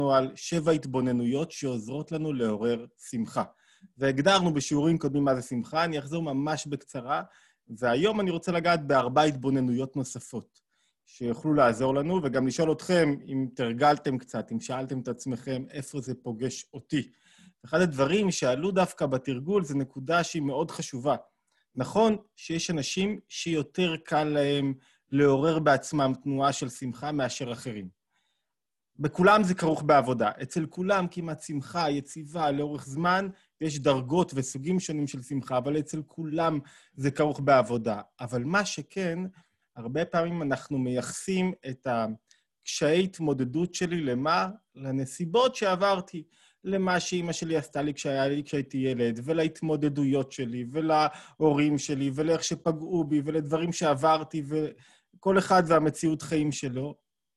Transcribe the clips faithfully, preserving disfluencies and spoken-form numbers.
על שבע התבוננויות שעוזרות לנו לעורר שמחה. והגדרנו בשיעורים קודמים מה זה שמחה, אני אחזור ממש בקצרה, והיום אני רוצה לגעת בארבע התבוננויות נוספות, שיוכלו לעזור לנו, וגם לשאול אתכם אם תרגלתם קצת, אם שאלתם את עצמכם איפה זה פוגש אותי. אחד הדברים שעלו דווקא בתרגול זה נקודה שהיא מאוד חשובה. נכון שיש אנשים שיותר קל להם לעורר בעצמם תנועה של שמחה מאשר אחרים. בכולם זה כרוך בעבודה. אצל כולם כמעט שמחה, יציבה, לאורך זמן, יש דרגות וסוגים שונים של שמחה, אבל אצל כולם זה כרוך בעבודה. אבל מה שכן, הרבה פעמים אנחנו מייחסים את הקשיי התמודדות שלי למה? לנסיבות שעברתי, למה שאמא שלי עשתה לי כשהיה לי כשהייתי ילד, ולהתמודדויות שלי, ולהורים שלי, ולאיך שפגעו בי, ולדברים שעברתי, וכל אחד והמציאות חיים שלו.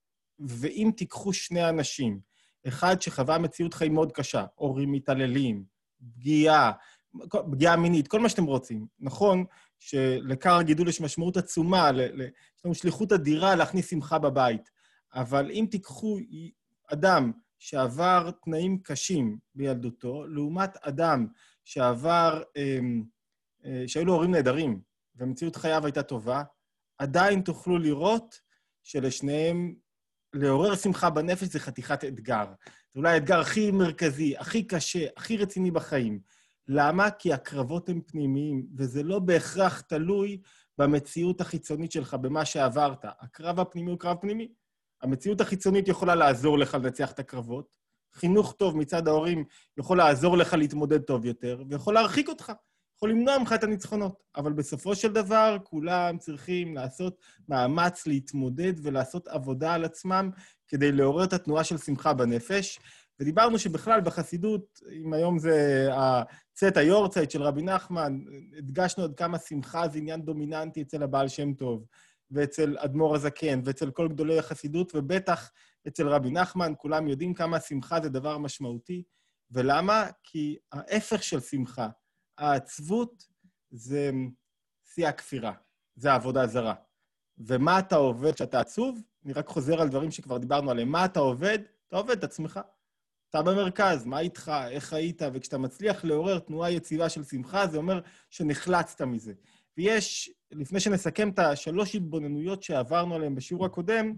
ואם תיקחו שני אנשים, אחד שחווה מציאות חיים מאוד קשה, הורים מתעללים, פגיעה, פגיעה מינית, כל מה שאתם רוצים. נכון שלקר הגידול יש משמעות עצומה, יש לנו שליחות אדירה להכניס שמחה בבית, אבל אם תיקחו אדם שעבר תנאים קשים בילדותו, לעומת אדם שעבר, שהיו לו הורים נהדרים, ומציאות חייו הייתה טובה, עדיין תוכלו לראות שלשניהם לעורר שמחה בנפש זה חתיכת אתגר. זה אולי האתגר הכי מרכזי, הכי קשה, הכי רציני בחיים. למה? כי הקרבות הם פנימיים, וזה לא בהכרח תלוי במציאות החיצונית שלך, במה שעברת. הקרב הפנימי הוא קרב פנימי. המציאות החיצונית יכולה לעזור לך לנצח את הקרבות. חינוך טוב מצד ההורים יכול לעזור לך להתמודד טוב יותר, ויכול להרחיק אותך, יכול למנוע ממך את הניצחונות. אבל בסופו של דבר, כולם צריכים לעשות מאמץ להתמודד ולעשות עבודה על עצמם כדי לעורר את התנועה של שמחה בנפש. ודיברנו שבכלל בחסידות, אם היום זה הצאת היורצייט של רבי נחמן, הדגשנו עד כמה שמחה זה עניין דומיננטי אצל הבעל שם טוב, ואצל אדמו"ר הזקן, ואצל כל גדולי החסידות, ובטח אצל רבי נחמן, כולם יודעים כמה שמחה זה דבר משמעותי. ולמה? כי ההפך של שמחה, העצבות זה שיא הכפירה, זה העבודה זרה. ומה אתה עובד כשאתה עצוב? אני רק חוזר על דברים שכבר דיברנו עליהם. מה אתה עובד? אתה עובד את עצמך. אתה במרכז, מה איתך, איך היית, וכשאתה מצליח לעורר תנועה יציבה של שמחה, זה אומר שנחלצת מזה. ויש, לפני שנסכם את השלוש התבוננויות שעברנו עליהן בשיעור הקודם,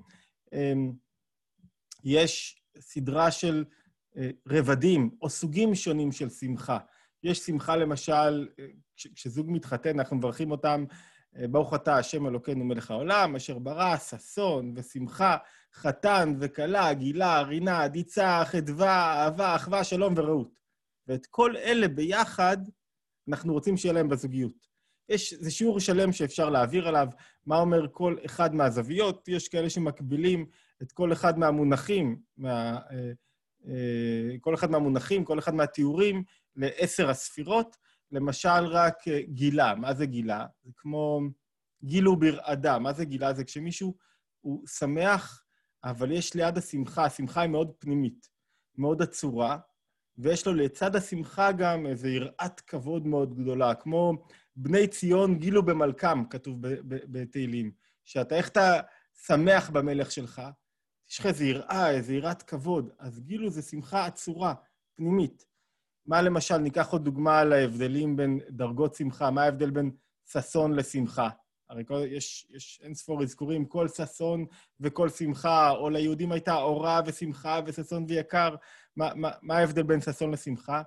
יש סדרה של רבדים או סוגים שונים של שמחה. יש שמחה, למשל, כשזוג מתחתן, אנחנו מברכים אותם, ברוך אתה, השם אלוקינו מלך העולם, אשר ברא, ששון ושמחה, חתן וכלה, גילה, רינה, דיצה, חדווה, אהבה, אחווה, שלום ורעות. ואת כל אלה ביחד, אנחנו רוצים שיהיה להם בזוגיות. יש, זה שיעור שלם שאפשר להעביר עליו, מה אומר כל אחד מהזוויות, יש כאלה שמקבילים את כל אחד מהמונחים, מה, כל אחד מהמונחים, כל אחד מהתיאורים, לעשר הספירות, למשל רק גילה. מה זה גילה? זה כמו גילו ברעדה. מה זה גילה? זה כשמישהו הוא שמח, אבל יש ליד השמחה, השמחה היא מאוד פנימית, מאוד עצורה, ויש לו לצד השמחה גם איזו יראת כבוד מאוד גדולה, כמו בני ציון גילו במלכם, כתוב בתהילים, שאתה, איך אתה שמח במלך שלך, יש לך איזו יראה, איזו יראת כבוד, אז גילו זה שמחה עצורה, פנימית. מה למשל, ניקח עוד דוגמה על ההבדלים בין דרגות שמחה, מה ההבדל בין ששון לשמחה? הרי כל, יש, יש אין ספור אזכורים, כל ששון וכל שמחה, או ליהודים הייתה אורה ושמחה וששון ויקר, מה, מה, מה ההבדל בין ששון לשמחה?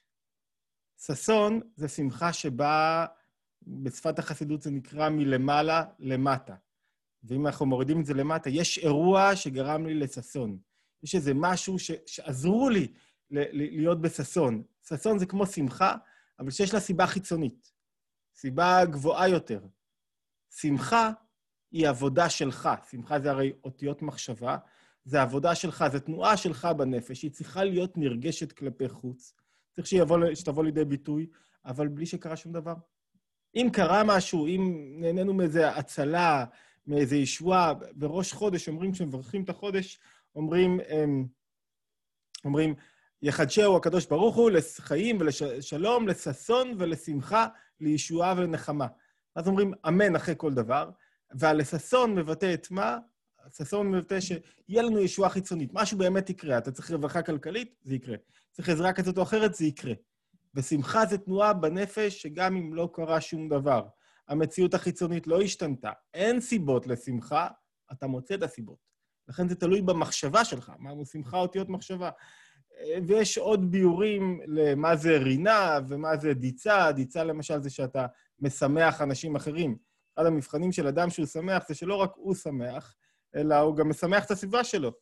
ששון זה שמחה שבה, בשפת החסידות זה נקרא מלמעלה למטה. ואם אנחנו מורידים את זה למטה, יש אירוע שגרם לי לששון. יש איזה משהו ש, שעזרו לי להיות בששון. ששון זה כמו שמחה, אבל שיש לה סיבה חיצונית. סיבה גבוהה יותר. שמחה היא עבודה שלך. שמחה זה הרי אותיות מחשבה. זה עבודה שלך, זה תנועה שלך בנפש. היא צריכה להיות נרגשת כלפי חוץ. צריך שיבוא, שתבוא לידי ביטוי, אבל בלי שקרה שום דבר. אם קרה משהו, אם נהנינו מאיזו הצלה, מאיזו ישועה, בראש חודש אומרים, כשמברכים את החודש, אומרים, אומרים, יחדשהו הקדוש ברוך הוא לחיים ולשלום, לששון ולשמחה, לישועה ולנחמה. אז אומרים אמן אחרי כל דבר, והלששון מבטא את מה? ששון מבטא שיהיה לנו ישועה חיצונית, משהו באמת יקרה, אתה צריך רווחה כלכלית, זה יקרה. צריך עזרה כזאת או אחרת, זה יקרה. ושמחה זה תנועה בנפש שגם אם לא קרה שום דבר, המציאות החיצונית לא השתנתה, אין סיבות לשמחה, אתה מוצא את הסיבות. לכן זה תלוי במחשבה שלך, אמרנו שמחה אותיות מחשבה. ויש עוד ביורים למה זה רינה ומה זה דיצה. דיצה למשל זה שאתה משמח אנשים אחרים. אחד המבחנים של אדם שהוא שמח זה שלא רק הוא שמח, אלא הוא גם משמח את הסביבה שלו.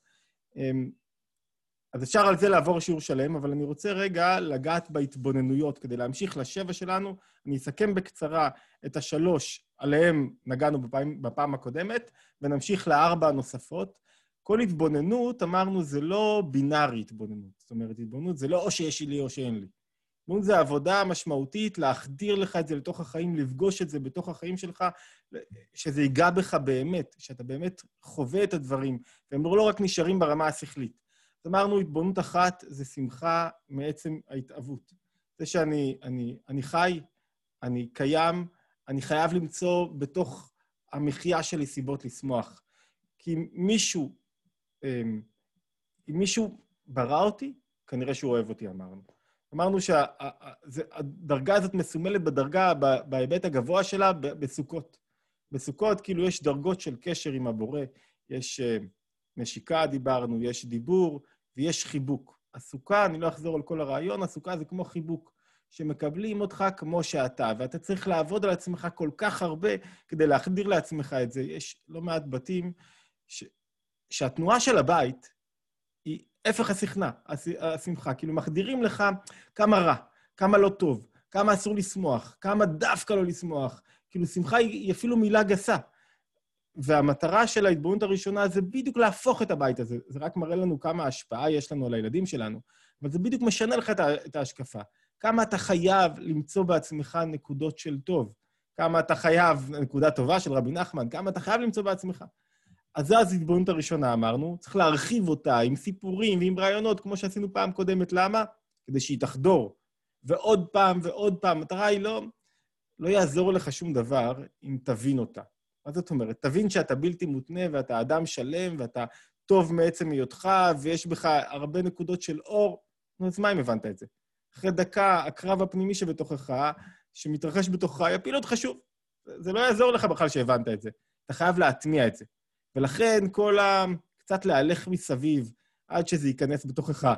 אז אפשר על זה לעבור שיעור שלם, אבל אני רוצה רגע לגעת בהתבוננויות כדי להמשיך לשבע שלנו. אני אסכם בקצרה את השלוש עליהם נגענו בפעם, בפעם הקודמת, ונמשיך לארבע הנוספות. כל התבוננות, אמרנו, זה לא בינארי התבוננות. זאת אומרת, התבוננות זה לא או שיש לי או שאין לי. התבוננות זה עבודה משמעותית, להחדיר לך את זה לתוך החיים, לפגוש את זה בתוך החיים שלך, שזה ייגע בך באמת, שאתה באמת חווה את הדברים, והם לא רק נשארים ברמה השכלית. אז אמרנו, התבוננות אחת זה שמחה מעצם ההתאבות. זה שאני אני, אני חי, אני קיים, אני חייב למצוא בתוך המחיה שלי סיבות לשמוח. כי מישהו, אם מישהו ברא אותי, כנראה שהוא אוהב אותי, אמרנו. אמרנו שהדרגה הזאת מסומלת בדרגה, בהיבט הגבוה שלה, בסוכות. בסוכות, כאילו יש דרגות של קשר עם הבורא, יש נשיקה, דיברנו, יש דיבור, ויש חיבוק. הסוכה, אני לא אחזור על כל הרעיון, הסוכה זה כמו חיבוק, שמקבלים אותך כמו שאתה, ואתה צריך לעבוד על עצמך כל כך הרבה כדי להחדיר לעצמך את זה. יש לא מעט בתים ש... שהתנועה של הבית היא הפך השכנה, השמחה, כאילו מחדירים לך כמה רע, כמה לא טוב, כמה אסור לשמוח, כמה דווקא לא לשמוח, כאילו שמחה היא אפילו מילה גסה. והמטרה של ההתבוננות הראשונה זה בדיוק להפוך את הבית הזה. זה רק מראה לנו כמה השפעה יש לנו על הילדים שלנו, אבל זה בדיוק משנה לך את ההשקפה. כמה אתה חייב למצוא בעצמך נקודות של טוב, כמה אתה חייב, נקודה טובה של רבי נחמן, כמה אתה חייב למצוא בעצמך. אז זו ההתבוננות הראשונה, אמרנו, צריך להרחיב אותה עם סיפורים ועם רעיונות, כמו שעשינו פעם קודמת. למה? כדי שהיא תחדור. ועוד פעם ועוד פעם. המטרה היא לא, לא יעזור לך שום דבר אם תבין אותה. מה זאת אומרת? תבין שאתה בלתי מותנה ואתה אדם שלם ואתה טוב מעצם היותך ויש בך הרבה נקודות של אור. אז מה אם הבנת את זה? אחרי דקה, הקרב הפנימי שבתוכך, שמתרחש בתוכך, יפיל אותך שוב. זה לא יעזור לך בכלל שהבנת את זה. אתה חייב להטמיע את זה. ולכן כל ה... קצת להלך מסביב עד שזה ייכנס בתוכך.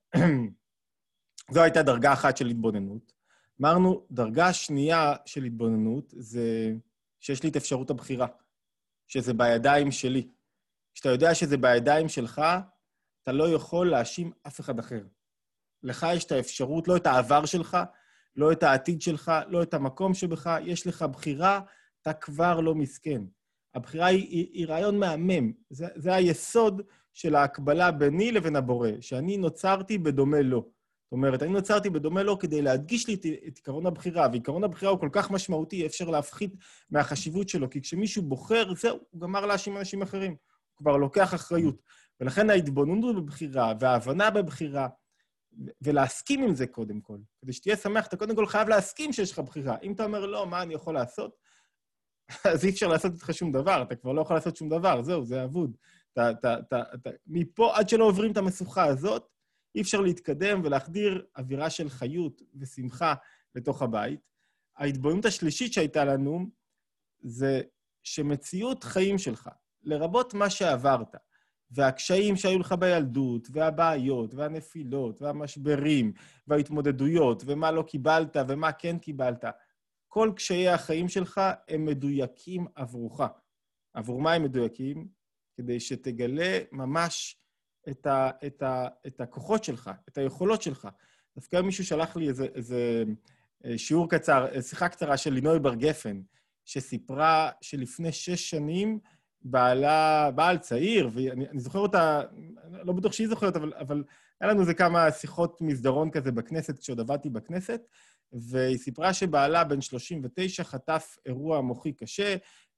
זו הייתה דרגה אחת של התבוננות. אמרנו, דרגה שנייה של התבוננות זה שיש לי את אפשרות הבחירה, שזה בידיים שלי. כשאתה יודע שזה בידיים שלך, אתה לא יכול להאשים אף אחד אחר. לך יש את האפשרות, לא את העבר שלך, לא את העתיד שלך, לא את המקום שבך, יש לך בחירה, אתה כבר לא מסכן. הבחירה היא, היא, היא רעיון מהמם. זה, זה היסוד של ההקבלה ביני לבין הבורא, שאני נוצרתי בדומה לו. זאת אומרת, אני נוצרתי בדומה לו כדי להדגיש לי את, את עיקרון הבחירה, ועיקרון הבחירה הוא כל כך משמעותי, אפשר להפחית מהחשיבות שלו, כי כשמישהו בוחר, זהו, הוא גמר להאשים אנשים אחרים. הוא כבר לוקח אחריות. ולכן ההתבוננות בבחירה, וההבנה בבחירה, ולהסכים עם זה קודם כל. כדי שתהיה שמח, אתה קודם כל חייב להסכים שיש לך בחירה. אם אתה אומר, לא, מה אני יכול לעשות? אז אי אפשר לעשות איתך שום דבר, אתה כבר לא יכול לעשות שום דבר, זהו, זה אבוד. אתה, אתה, אתה, אתה, מפה, עד שלא עוברים את המשוכה הזאת, אי אפשר להתקדם ולהחדיר אווירה של חיות ושמחה לתוך הבית. ההתבוננות השלישית שהייתה לנו, זה שמציאות חיים שלך, לרבות מה שעברת, והקשיים שהיו לך בילדות, והבעיות, והנפילות, והמשברים, וההתמודדויות, ומה לא קיבלת, ומה כן קיבלת, כל קשיי החיים שלך הם מדויקים עבורך. עבור מה הם מדויקים? כדי שתגלה ממש את, ה, את, ה, את הכוחות שלך, את היכולות שלך. דווקא מישהו שלח לי איזה, איזה שיעור קצר, שיחה קצרה של לינוי בר גפן, שסיפרה שלפני שש שנים בעלה, בעל צעיר, ואני אני זוכר אותה, לא בטוח שהיא זוכרת, אבל, אבל היה לנו איזה כמה שיחות מסדרון כזה בכנסת, כשעוד עבדתי בכנסת, והיא סיפרה שבעלה בן שלושים ותשע חטף אירוע מוחי קשה,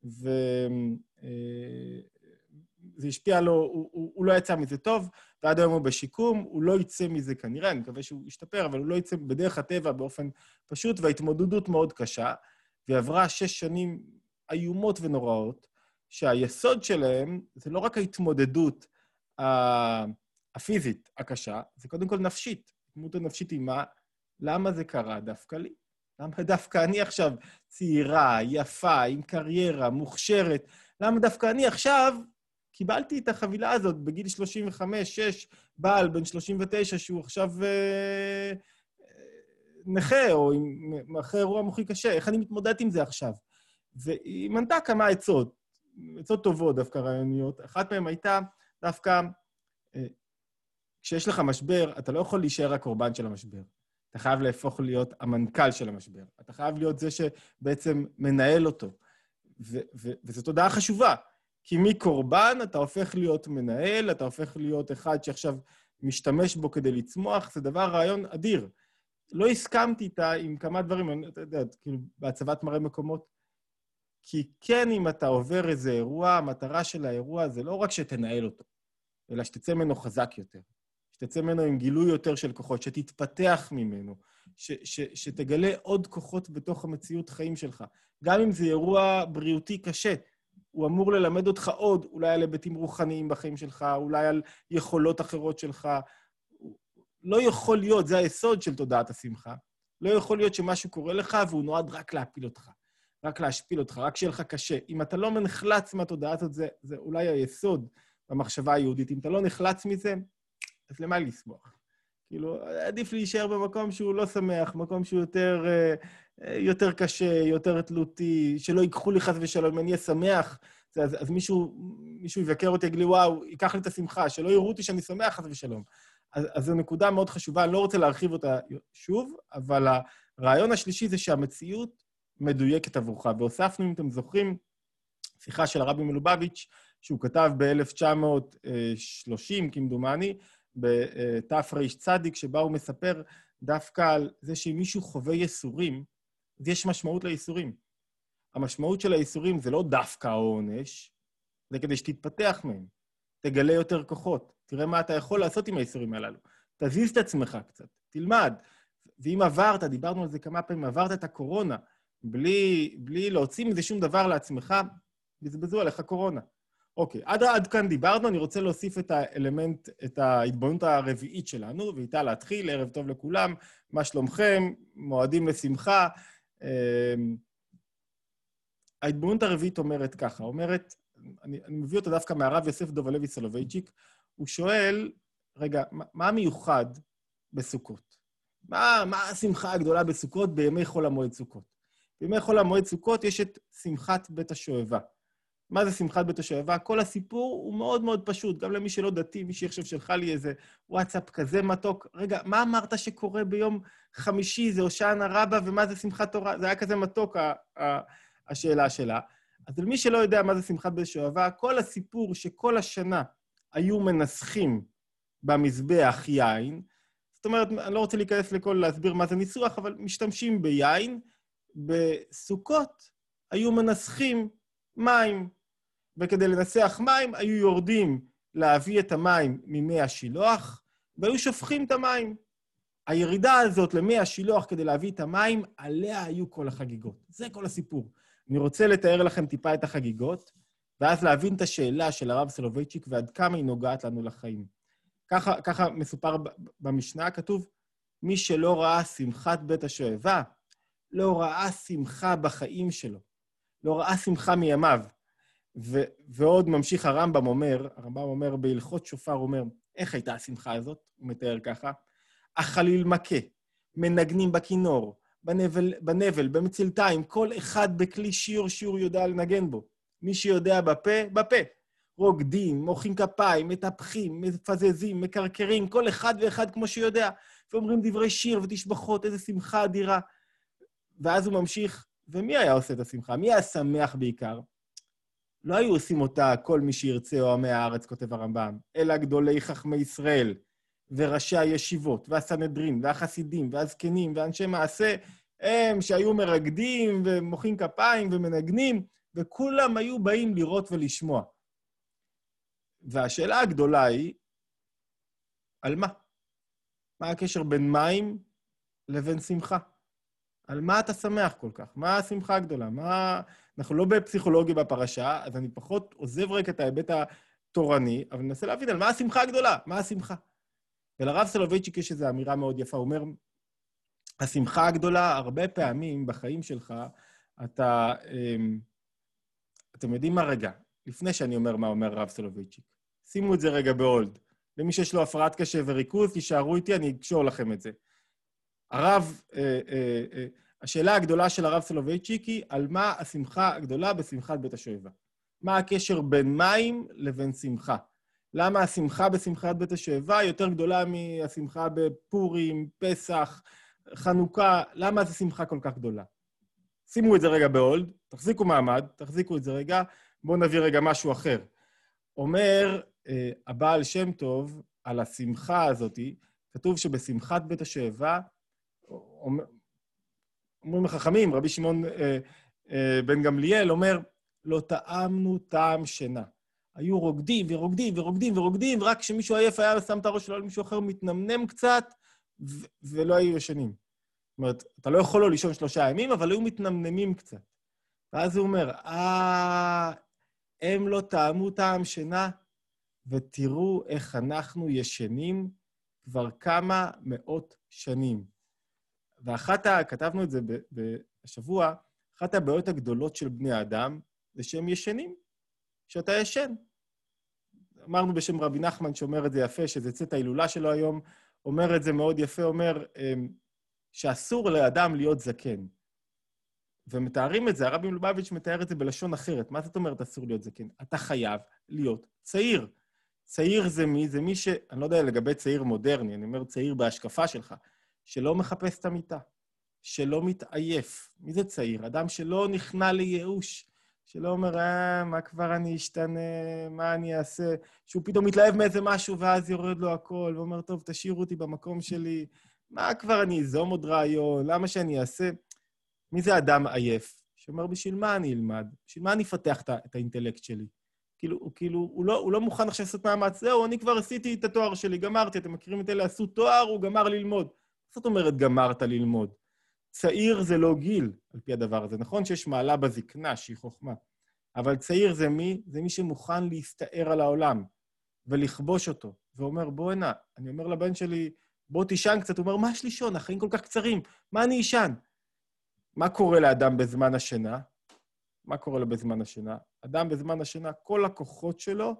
וזה השפיע לו, הוא, הוא, הוא לא יצא מזה טוב, ועד היום הוא בשיקום, הוא לא יצא מזה כנראה, אני מקווה שהוא ישתפר, אבל הוא לא יצא בדרך הטבע באופן פשוט, וההתמודדות מאוד קשה, והיא עברה שש שנים איומות ונוראות, שהיסוד שלהם זה לא רק ההתמודדות הפיזית הקשה, זה קודם כל נפשית. התמודדות הנפשית היא מה? למה זה קרה דווקא לי? למה דווקא אני עכשיו צעירה, יפה, עם קריירה, מוכשרת? למה דווקא אני עכשיו קיבלתי את החבילה הזאת בגיל שלושים וחמש, שש, בעל בן שלושים ותשע, שהוא עכשיו אה, נכה, או עם אחרי אירוע מוחי קשה, איך אני מתמודדת עם זה עכשיו? והיא מנתה כמה עצות, עצות טובות דווקא רעיוניות. אחת מהן הייתה דווקא, אה, כשיש לך משבר, אתה לא יכול להישאר הקורבן של המשבר. אתה חייב להפוך להיות המנכ"ל של המשבר. אתה חייב להיות זה שבעצם מנהל אותו. ו- ו- וזו תודעה חשובה. כי מקורבן אתה הופך להיות מנהל, אתה הופך להיות אחד שעכשיו משתמש בו כדי לצמוח, זה דבר רעיון אדיר. לא הסכמתי איתה עם כמה דברים, אתה יודע, כאילו, בהצבת מראה מקומות, כי כן, אם אתה עובר איזה אירוע, המטרה של האירוע זה לא רק שתנהל אותו, אלא שתצא ממנו חזק יותר, שתצא ממנו עם גילוי יותר של כוחות, שתתפתח ממנו, ש- ש- שתגלה עוד כוחות בתוך המציאות חיים שלך. גם אם זה אירוע בריאותי קשה, הוא אמור ללמד אותך עוד, אולי על היבטים רוחניים בחיים שלך, אולי על יכולות אחרות שלך. לא יכול להיות, זה היסוד של תודעת השמחה, לא יכול להיות שמשהו קורה לך והוא נועד רק להפיל אותך, רק להשפיל אותך, רק שיהיה לך קשה. אם אתה לא נחלץ מהתודעה הזאת, זה, זה אולי היסוד במחשבה היהודית. אם אתה לא נחלץ מזה, אז למה לסמוך? כאילו, עדיף להישאר במקום שהוא לא שמח, מקום שהוא יותר, יותר קשה, יותר תלותי, שלא ייקחו לי חס ושלום, אם אני אהיה שמח, אז, אז מישהו, מישהו יבקר אותי, יגיד לי, וואו, ייקח לי את השמחה, שלא יראו אותי שאני שמח חס ושלום. אז, אז זו נקודה מאוד חשובה, אני לא רוצה להרחיב אותה שוב, אבל הרעיון השלישי זה שהמציאות מדויקת עבורך, והוספנו, אם אתם זוכרים, שיחה של הרבי מלובביץ', שהוא כתב ב-אלף תשע מאות שלושים, כמדומני, בתר"ש צדיק, שבה הוא מספר דווקא על זה שאם מישהו חווה ייסורים, אז יש משמעות לייסורים. המשמעות של הייסורים זה לא דווקא העונש, זה כדי שתתפתח מהם, תגלה יותר כוחות, תראה מה אתה יכול לעשות עם הייסורים הללו, תזיז את עצמך קצת, תלמד. ואם עברת, דיברנו על זה כמה פעמים, עברת את הקורונה, בלי, בלי להוציא מזה שום דבר לעצמך, בזבזו עליך קורונה. אוקיי, עד, עד כאן דיברנו, אני רוצה להוסיף את האלמנט, את ההתבוננות הרביעית שלנו, ואיתה להתחיל, ערב טוב לכולם, מה שלומכם, מועדים לשמחה. ההתבוננות הרביעית אומרת ככה, אומרת, אני, אני מביא אותה דווקא מהרב יוסף דוב הלוי סולובייצ'יק, הוא שואל, רגע, מה, מה המיוחד בסוכות? מה, מה השמחה הגדולה בסוכות בימי חול המועד סוכות? בימי חול המועד סוכות יש את שמחת בית השואבה. מה זה שמחת בית השואבה? כל הסיפור הוא מאוד מאוד פשוט, גם למי שלא דתי, מי שיחשב שלך לי איזה וואטסאפ כזה מתוק. רגע, מה אמרת שקורה ביום חמישי, זה הושענא רבה, ומה זה שמחת תורה? זה היה כזה מתוק, השאלה שלה. אז למי שלא יודע מה זה שמחת בית השואבה, כל הסיפור שכל השנה היו מנסחים במזבח יין, זאת אומרת, אני לא רוצה להיכנס לכל להסביר מה זה ניסוח, אבל משתמשים ביין, בסוכות היו מנסחים מים, וכדי לנסח מים היו יורדים להביא את המים ממי השילוח, והיו שופכים את המים. הירידה הזאת למי השילוח כדי להביא את המים, עליה היו כל החגיגות. זה כל הסיפור. אני רוצה לתאר לכם טיפה את החגיגות, ואז להבין את השאלה של הרב סולובייצ'יק ועד כמה היא נוגעת לנו לחיים. ככה, ככה מסופר במשנה, כתוב, מי שלא ראה שמחת בית השואבה, לא ראה שמחה בחיים שלו, לא ראה שמחה מימיו. ו- ועוד ממשיך הרמב"ם אומר, הרמב"ם אומר בהלכות שופר, אומר, איך הייתה השמחה הזאת? הוא מתאר ככה, החליל מכה, מנגנים בכינור, בנבל, בנבל, במצלתיים, כל אחד בכלי שיר שיעור יודע לנגן בו. מי שיודע בפה, בפה. רוקדים, מוחאים כפיים, מטפחים, מפזזים, מקרקרים, כל אחד ואחד כמו שיודע, ואומרים דברי שיר ותשבחות, איזו שמחה אדירה. ואז הוא ממשיך, ומי היה עושה את השמחה? מי היה שמח בעיקר? לא היו עושים אותה כל מי שירצה או עמי הארץ, כותב הרמב"ם, אלא גדולי חכמי ישראל, וראשי הישיבות, והסנהדרין, והחסידים, והזקנים, ואנשי מעשה, הם שהיו מרקדים ומוחאים כפיים ומנגנים, וכולם היו באים לראות ולשמוע. והשאלה הגדולה היא, על מה? מה הקשר בין מים לבין שמחה? על מה אתה שמח כל כך? מה השמחה הגדולה? מה... אנחנו לא בפסיכולוגיה בפרשה, אז אני פחות עוזב רק את ההיבט התורני, אבל ננסה להבין על מה השמחה הגדולה, מה השמחה. ולרב סולובייצ'יק יש איזו אמירה מאוד יפה, הוא אומר, השמחה הגדולה, הרבה פעמים בחיים שלך, אתה... אתם יודעים מה רגע? לפני שאני אומר מה אומר הרב סולובייצ'יק. שימו את זה רגע בהולד. למי שיש לו הפרעת קשב וריכוז, תישארו איתי, אני אקשור לכם את זה. הרב, אה, אה, אה, השאלה הגדולה של הרב סולובייצ'יק היא, על מה השמחה הגדולה בשמחת בית השואבה? מה הקשר בין מים לבין שמחה? למה השמחה בשמחת בית השואבה יותר גדולה מהשמחה בפורים, פסח, חנוכה? למה זו שמחה כל כך גדולה? שימו את זה רגע בהולד, תחזיקו מעמד, תחזיקו את זה רגע, בואו נביא רגע משהו אחר. אומר אה, הבעל שם טוב על השמחה הזאת, כתוב שבשמחת בית השואבה, אומר, אומרים החכמים, רבי שמעון אה, אה, בן גמליאל אומר, לא טעמנו טעם שינה. היו רוקדים ורוקדים ורוקדים ורוקדים, ורק כשמישהו עייף היה שם את הראש שלו על מישהו אחר, מתנמנם קצת, ו- ולא היו ישנים. זאת אומרת, אתה לא יכול לא לישון שלושה ימים, אבל היו מתנמנמים קצת. ואז הוא אומר, אה, הם לא טעמו טעם שינה, ותראו איך אנחנו ישנים כבר כמה מאות שנים. ואחת, כתבנו את זה בשבוע, אחת הבעיות הגדולות של בני האדם, זה שהם ישנים, שאתה ישן. אמרנו בשם רבי נחמן שאומר את זה יפה, שזה צאת ההילולה שלו היום, אומר את זה מאוד יפה, אומר שאסור לאדם להיות זקן. ומתארים את זה, הרבי מלובביץ' מתאר את זה בלשון אחרת. מה זאת אומרת אסור להיות זקן? אתה חייב להיות צעיר. צעיר זה מי? זה מי ש... אני לא יודע לגבי צעיר מודרני, אני אומר צעיר בהשקפה שלך, שלא מחפש את המיטה, שלא מתעייף. מי זה צעיר? אדם שלא נכנע לייאוש, שלא אומר, אה, מה כבר אני אשתנה, מה אני אעשה, שהוא פתאום מתלהב מאיזה משהו ואז יורד לו הכל, ואומר, טוב, תשאירו אותי במקום שלי, מה כבר אני אזום עוד רעיון, למה שאני אעשה? מי זה אדם עייף? שאומר, בשביל מה אני אלמד? בשביל מה אני אפתח את האינטלקט שלי? כאילו, הוא, כאילו, הוא לא, הוא לא מוכן עכשיו לעשות מאמץ, זהו, אני כבר עשיתי את התואר שלי, גמרתי, אתם מכירים את אלה, עשו תואר, הוא גמר ללמוד. זאת אומרת, גמרת ללמוד. צעיר זה לא גיל, על פי הדבר הזה. נכון שיש מעלה בזקנה, שהיא חוכמה, אבל צעיר זה מי? זה מי שמוכן להסתער על העולם ולכבוש אותו. ואומר, בוא הנה, אני אומר לבן שלי, בוא תישן קצת, הוא אומר, מה יש לישון? החיים כל כך קצרים, מה אני אישן? מה קורה לאדם בזמן השינה? מה קורה לו בזמן השינה? אדם בזמן השינה, כל הכוחות שלו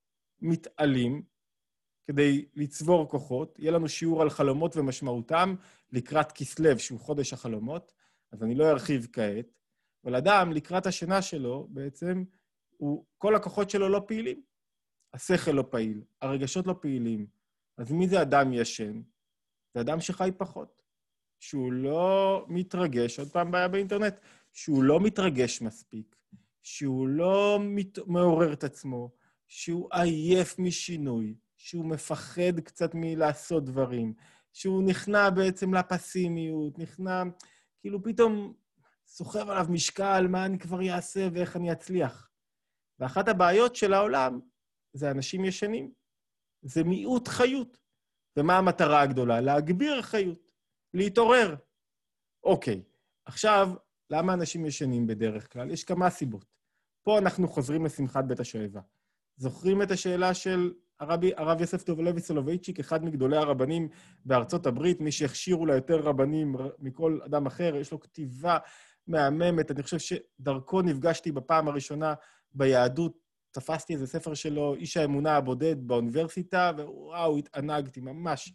מתעלים כדי לצבור כוחות. יהיה לנו שיעור על חלומות ומשמעותם לקראת כסלו, שהוא חודש החלומות, אז אני לא ארחיב כעת, אבל אדם לקראת השינה שלו, בעצם, הוא, כל הכוחות שלו לא פעילים. השכל לא פעיל, הרגשות לא פעילים. אז מי זה אדם ישן? זה אדם שחי פחות. שהוא לא מתרגש, עוד פעם בעיה באינטרנט, שהוא לא מתרגש מספיק, שהוא לא מת... מעורר את עצמו, שהוא עייף משינוי, שהוא מפחד קצת מלעשות דברים, שהוא נכנע בעצם לפסימיות, נכנע, כאילו פתאום סוחב עליו משקל, מה אני כבר אעשה ואיך אני אצליח. ואחת הבעיות של העולם זה אנשים ישנים, זה מיעוט חיות. ומה המטרה הגדולה? להגביר חיות, להתעורר. אוקיי, עכשיו, למה אנשים ישנים בדרך כלל? יש כמה סיבות. פה אנחנו חוזרים לשמחת בית השואבה. זוכרים את השאלה של הרבי, הרב יוסף טוב לוי סולובייצ'יק, אחד מגדולי הרבנים בארצות הברית, מי שהכשירו לה יותר רבנים מכל אדם אחר, יש לו כתיבה מהממת, אני חושב שדרכו נפגשתי בפעם הראשונה ביהדות, תפסתי איזה ספר שלו, איש האמונה הבודד באוניברסיטה, ווואו, התענגתי ממש.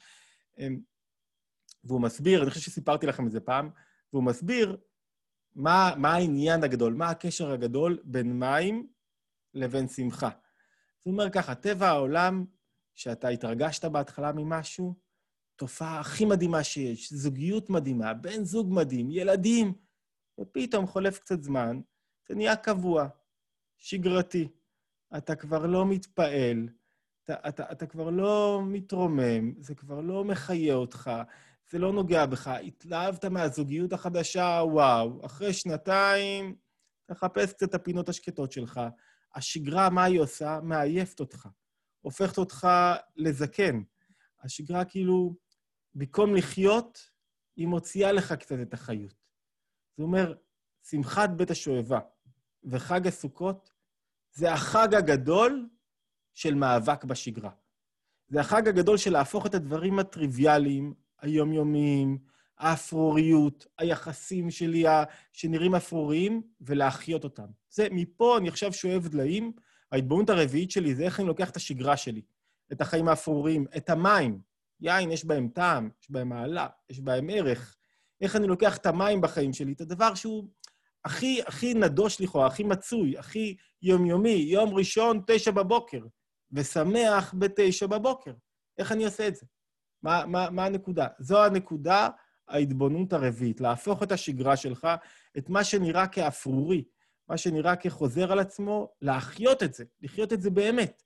והוא מסביר, אני חושב שסיפרתי לכם את זה פעם, והוא מסביר מה, מה העניין הגדול, מה הקשר הגדול בין מים לבין שמחה. זאת אומרת ככה, טבע העולם, שאתה התרגשת בהתחלה ממשהו, תופעה הכי מדהימה שיש, זוגיות מדהימה, בן זוג מדהים, ילדים, ופתאום חולף קצת זמן, זה נהיה קבוע, שגרתי. אתה כבר לא מתפעל, אתה, אתה, אתה כבר לא מתרומם, זה כבר לא מחיה אותך, זה לא נוגע בך, התלהבת מהזוגיות החדשה, וואו, אחרי שנתיים, תחפש קצת את הפינות השקטות שלך. השגרה, מה היא עושה? מעייפת אותך, הופכת אותך לזקן. השגרה כאילו, במקום לחיות, היא מוציאה לך קצת את החיות. זה אומר, שמחת בית השואבה וחג הסוכות, זה החג הגדול של מאבק בשגרה. זה החג הגדול של להפוך את הדברים הטריוויאליים, היומיומיים, האפרוריות, היחסים שלי שנראים אפרוריים, ולהחיות אותם. זה, מפה אני עכשיו שואב דליים, ההתבוננות הרביעית שלי זה איך אני לוקח את השגרה שלי, את החיים האפרוריים, את המים. יין, יש בהם טעם, יש בהם מעלה, יש בהם ערך. איך אני לוקח את המים בחיים שלי, את הדבר שהוא הכי, הכי נדוש לכאורה, הכי מצוי, הכי יומיומי, יום ראשון, תשע בבוקר, ושמח בתשע בבוקר. איך אני עושה את זה? מה, מה, מה הנקודה? זו הנקודה, ההתבוננות הרביעית, להפוך את השגרה שלך, את מה שנראה כאפרורי, מה שנראה כחוזר על עצמו, להחיות את זה, לחיות את זה באמת.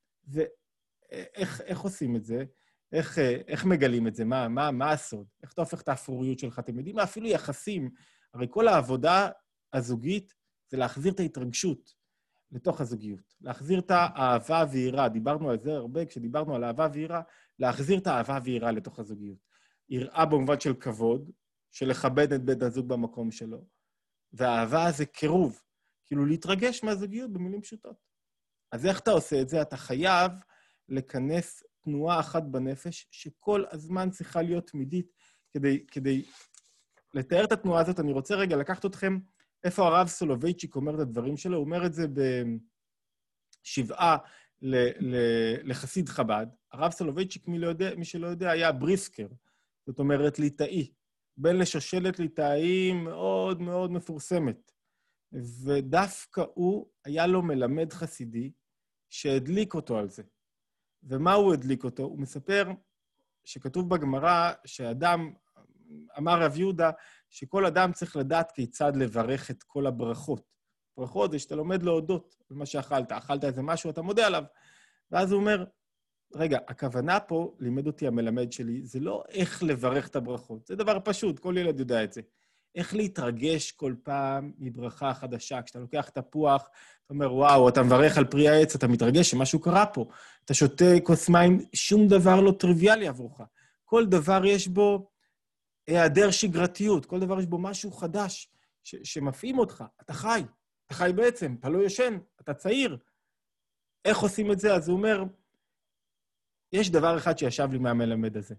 ואיך איך עושים את זה? איך, איך מגלים את זה? מה, מה, מה הסוד? איך אתה הופך את האפרוריות שלך? אתם יודעים מה? אפילו יחסים, הרי כל העבודה הזוגית זה להחזיר את ההתרגשות לתוך הזוגיות, להחזיר את האהבה ויראה. דיברנו על זה הרבה, כשדיברנו על אהבה ויראה, להחזיר את האהבה ויראה לתוך הזוגיות. יראה במובן של כבוד, של לכבד את בית הזוג במקום שלו, והאהבה זה קירוב, כאילו להתרגש מהזוגיות במילים פשוטות. אז איך אתה עושה את זה? אתה חייב לכנס תנועה אחת בנפש, שכל הזמן צריכה להיות תמידית, כדי, כדי לתאר את התנועה הזאת. אני רוצה רגע לקחת אתכם, איפה הרב סולובייצ'יק אומר את הדברים שלו, הוא אומר את זה בשבעה ל- ל- לחסיד חב"ד. הרב סולובייצ'יק, מי, לא יודע, מי שלא יודע, היה בריסקר, זאת אומרת ליטאי, בן לשושלת ליטאיים מאוד מאוד מפורסמת. ודווקא הוא, היה לו מלמד חסידי, שהדליק אותו על זה. ומה הוא הדליק אותו? הוא מספר שכתוב בגמרא שאדם, אמר רב יהודה, שכל אדם צריך לדעת כיצד לברך את כל הברכות. ברכות זה שאתה לומד להודות על מה שאכלת. אכלת איזה משהו, אתה מודה עליו. ואז הוא אומר, רגע, הכוונה פה, לימד אותי המלמד שלי, זה לא איך לברך את הברכות. זה דבר פשוט, כל ילד יודע את זה. איך להתרגש כל פעם מברכה חדשה. כשאתה לוקח תפוח, אתה אומר, וואו, אתה מברך על פרי העץ, אתה מתרגש שמשהו קרה פה. אתה שותה כוס מים, שום דבר לא טריוויאלי עבורך. כל דבר יש בו היעדר שגרתיות, כל דבר יש בו משהו חדש ש- שמפעים אותך. אתה חי, אתה חי בעצם, אתה לא ישן, אתה צעיר. איך עושים את זה? אז הוא אומר, יש דבר אחד שישב לי מהמלמד הזה.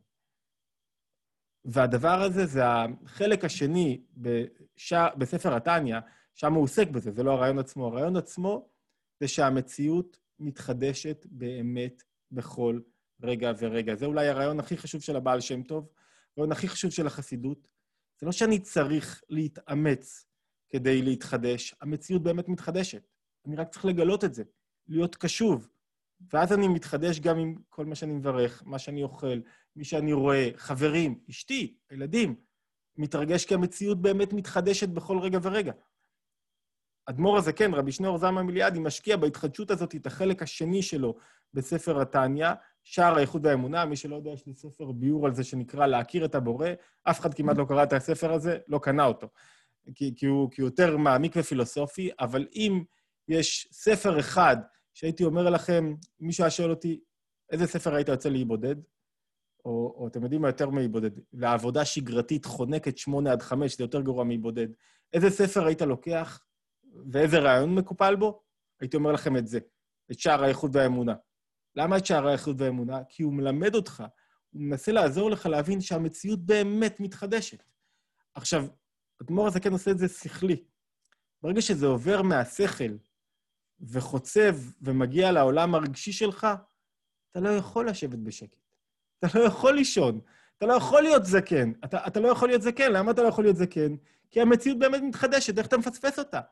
והדבר הזה זה החלק השני בש... בספר התניא, שם הוא עוסק בזה, זה לא הרעיון עצמו. הרעיון עצמו זה שהמציאות מתחדשת באמת בכל רגע ורגע. זה אולי הרעיון הכי חשוב של הבעל שם טוב, הרעיון הכי חשוב של החסידות. זה לא שאני צריך להתאמץ כדי להתחדש, המציאות באמת מתחדשת. אני רק צריך לגלות את זה, להיות קשוב. ואז אני מתחדש גם עם כל מה שאני מברך, מה שאני אוכל, מי שאני רואה, חברים, אשתי, הילדים, מתרגש כי המציאות באמת מתחדשת בכל רגע ורגע. אדמו"ר הזקן, רבי שניאור זלמן מיליאדי, משקיע בהתחדשות הזאת את החלק השני שלו בספר התניא, שער האיחוד והאמונה. מי שלא יודע, יש לי ספר ביור על זה שנקרא להכיר את הבורא. אף אחד כמעט לא קרא את הספר הזה, לא קנה אותו, כי, כי, הוא, כי הוא יותר מעמיק ופילוסופי, אבל אם יש ספר אחד שהייתי אומר לכם, מישהו היה שואל אותי, איזה ספר היית יוצא להיבודד? או, או אתם יודעים מה יותר מהיבודד? לעבודה שגרתית חונקת שמונה עד חמש, זה יותר גרוע מהיבודד. איזה ספר היית לוקח, ואיזה רעיון מקופל בו? הייתי אומר לכם את זה, את שער האיחוד והאמונה. למה את שער האיחוד והאמונה? כי הוא מלמד אותך, הוא מנסה לעזור לך להבין שהמציאות באמת מתחדשת. עכשיו, אדמו"ר הזקן עושה את זה שכלי. ברגע שזה עובר מהשכל, וחוצב ומגיע לעולם הרגשי שלך, אתה לא יכול לשבת בשקט. אתה לא יכול לישון. אתה לא יכול להיות זקן. אתה, אתה לא יכול להיות זקן. למה אתה לא יכול להיות זקן? כי המציאות באמת מתחדשת. איך אתה מפספס אותה?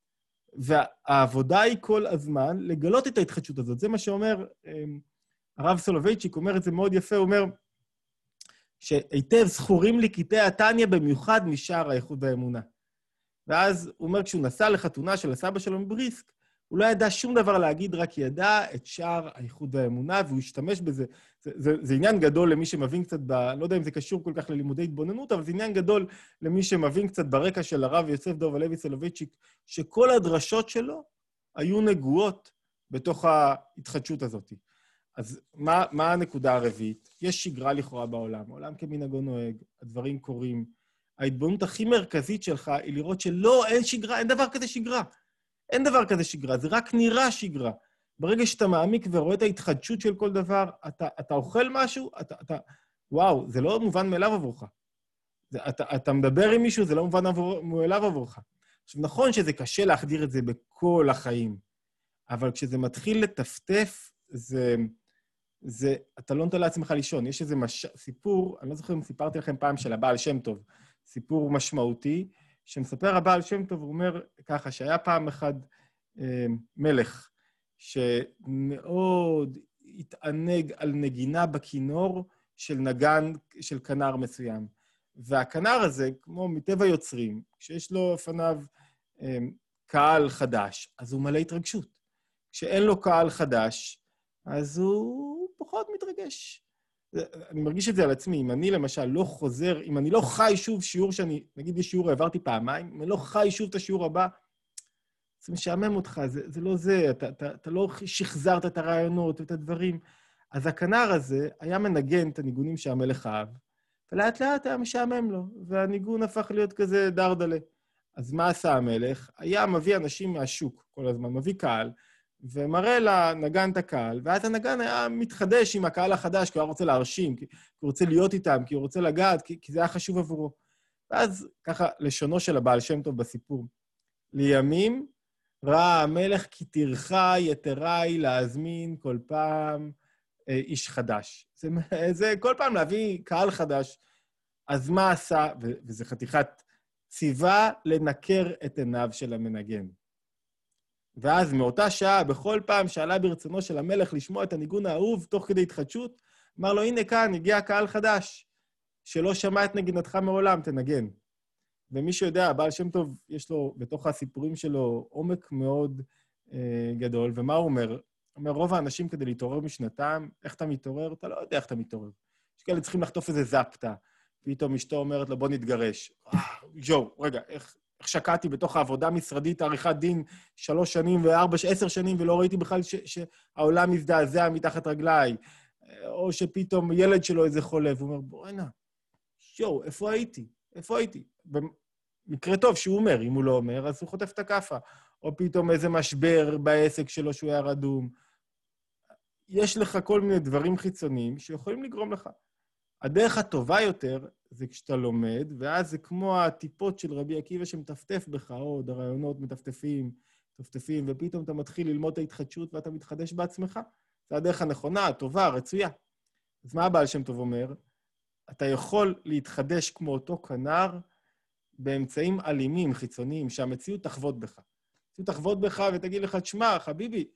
והעבודה היא כל הזמן לגלות את ההתחדשות הזאת. זה מה שאומר, הרב סולובייצ'יק אומר את זה מאוד יפה, הוא אומר, שהיטב זכורים לי קטעי התניא במיוחד משער האיחוד והאמונה. ואז הוא אומר, כשהוא נסע לחתונה של הסבא שלו מבריסק, הוא לא ידע שום דבר להגיד, רק ידע את שער האיחוד והאמונה, והוא השתמש בזה. זה, זה, זה עניין גדול למי שמבין קצת, ב, לא יודע אם זה קשור כל כך ללימודי התבוננות, אבל זה עניין גדול למי שמבין קצת ברקע של הרב יוסף דוב הלוי סולובייצ'יק, שכל הדרשות שלו היו נגועות בתוך ההתחדשות הזאת. אז מה, מה הנקודה הרביעית? יש שגרה לכאורה בעולם, העולם כמנהגו נוהג, הדברים קורים, ההתבוננות הכי מרכזית שלך היא לראות שלא, אין שגרה, אין דבר כזה שגרה. אין דבר כזה שגרה, זה רק נראה שגרה. ברגע שאתה מעמיק ורואה את ההתחדשות של כל דבר, אתה, אתה אוכל משהו, אתה, אתה, וואו, זה לא מובן מאליו עבורך. זה, אתה, אתה מדבר עם מישהו, זה לא מובן עבור, מאליו עבורך. עכשיו, נכון שזה קשה להחדיר את זה בכל החיים, אבל כשזה מתחיל לטפטף, זה, זה, אתה לא נותן לעצמך לישון. יש איזה מש... סיפור, אני לא זוכר אם סיפרתי לכם פעם של הבעל שם טוב, סיפור משמעותי, שמספר הבעל שם טוב, הוא אומר ככה, שהיה פעם אחד אה, מלך, שמאוד התענג על נגינה בכינור של נגן, של כנר מסוים. והכנר הזה, כמו מטבע יוצרים, כשיש לו לפניו אה, קהל חדש, אז הוא מלא התרגשות. כשאין לו קהל חדש, אז הוא פחות מתרגש. אני מרגיש את זה על עצמי. אם אני למשל לא חוזר, אם אני לא חי שוב שיעור שאני, נגיד יש שיעור, העברתי פעמיים, אם אני לא חי שוב את השיעור הבא, זה משעמם אותך, זה, זה לא זה, אתה, אתה, אתה לא שחזרת את הרעיונות ואת הדברים. אז הכנר הזה היה מנגן את הניגונים שהמלך אהב, ולאט לאט היה משעמם לו, והניגון הפך להיות כזה דרדלה. אז מה עשה המלך? היה מביא אנשים מהשוק כל הזמן, מביא קהל, ומראה לנגן את הקהל, ואז הנגן היה מתחדש עם הקהל החדש, כי הוא רוצה להרשים, כי הוא רוצה להיות איתם, כי הוא רוצה לגעת, כי, כי זה היה חשוב עבורו. ואז ככה, לשונו של הבעל שם טוב בסיפור, לימים ראה המלך כי טרחה יתרה היא להזמין כל פעם אה, איש חדש. זה, זה כל פעם להביא קהל חדש. אז מה עשה? ו, וזה חתיכת ציווה לנקר את עיניו של המנגן. ואז מאותה שעה, בכל פעם שעלה ברצונו של המלך לשמוע את הניגון האהוב תוך כדי התחדשות, אמר לו, הנה כאן, הגיע קהל חדש, שלא שמע את נגינתך מעולם, תנגן. ומי שיודע, הבעל שם טוב, יש לו בתוך הסיפורים שלו עומק מאוד אה, גדול, ומה הוא אומר? הוא אומר, רוב האנשים כדי להתעורר משנתם, איך אתה מתעורר? אתה לא יודע איך אתה מתעורר. יש כאלה צריכים לחטוף איזה זפטה, פתאום אשתו אומרת לו, בוא נתגרש. יו, רגע, איך... איך שקעתי בתוך העבודה משרדית, עריכת דין, שלוש שנים וארבע, עשר שנים, ולא ראיתי בכלל ש, שהעולם מזדעזע מתחת רגליי, או שפתאום ילד שלו איזה חולה, והוא אומר, בוא הנה, שואו, איפה הייתי? איפה הייתי? במקרה טוב שהוא אומר, אם הוא לא אומר, אז הוא חוטף את הכאפה. או פתאום איזה משבר בעסק שלו שהוא היה רדום. יש לך כל מיני דברים חיצוניים שיכולים לגרום לך. הדרך הטובה יותר זה כשאתה לומד, ואז זה כמו הטיפות של רבי עקיבא שמטפטף בך, עוד הרעיונות מטפטפים, מטפטפים, ופתאום אתה מתחיל ללמוד את ההתחדשות ואתה מתחדש בעצמך. זה הדרך הנכונה, הטובה, הרצויה. אז מה הבעל שם טוב אומר? אתה יכול להתחדש כמו אותו כנר באמצעים אלימים, חיצוניים, שהמציאות תחוות בך. המציאות תחוות בך ותגיד לך, תשמע, חביבי,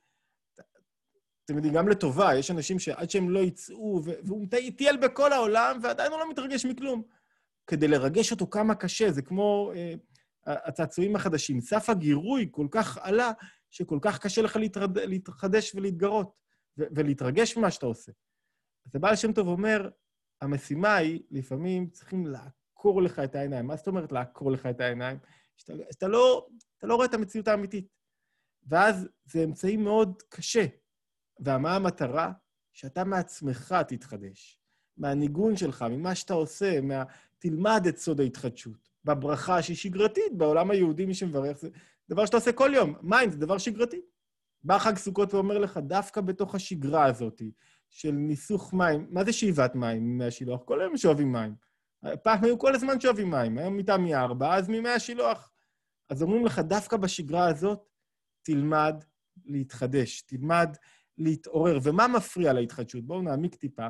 אתם יודעים, גם לטובה, יש אנשים שעד שהם לא יצאו, והוא טייל בכל העולם, ועדיין הוא לא מתרגש מכלום. כדי לרגש אותו כמה קשה, זה כמו אה, הצעצועים החדשים. סף הגירוי כל כך עלה, שכל כך קשה לך להתרד... להתחדש ולהתגרות, ו- ולהתרגש ממה שאתה עושה. אז הבעל שם טוב אומר, המשימה היא, לפעמים צריכים לעקור לך את העיניים. מה זאת אומרת לעקור לך את העיניים? שאתה, שאתה לא, אתה לא רואה את המציאות האמיתית. ואז זה אמצעי מאוד קשה. ומה המטרה? שאתה מעצמך תתחדש. מהניגון שלך, ממה שאתה עושה, מה... תלמד את סוד ההתחדשות. בברכה שהיא שגרתית, בעולם היהודי מי שמברך, זה דבר שאתה עושה כל יום. מים זה דבר שגרתי. בא חג סוכות ואומר לך, דווקא בתוך השגרה הזאת, של ניסוך מים, מה זה שאיבת מים מהשילוח? כל היום שואבים מים. פעם היו כל הזמן שואבים מים, היום מיטה מארבע, אז ממי השילוח. אז אומרים לך, דווקא בשגרה הזאת, תלמד להתחדש, תלמד להתעורר. ומה מפריע להתחדשות? בואו נעמיק טיפה.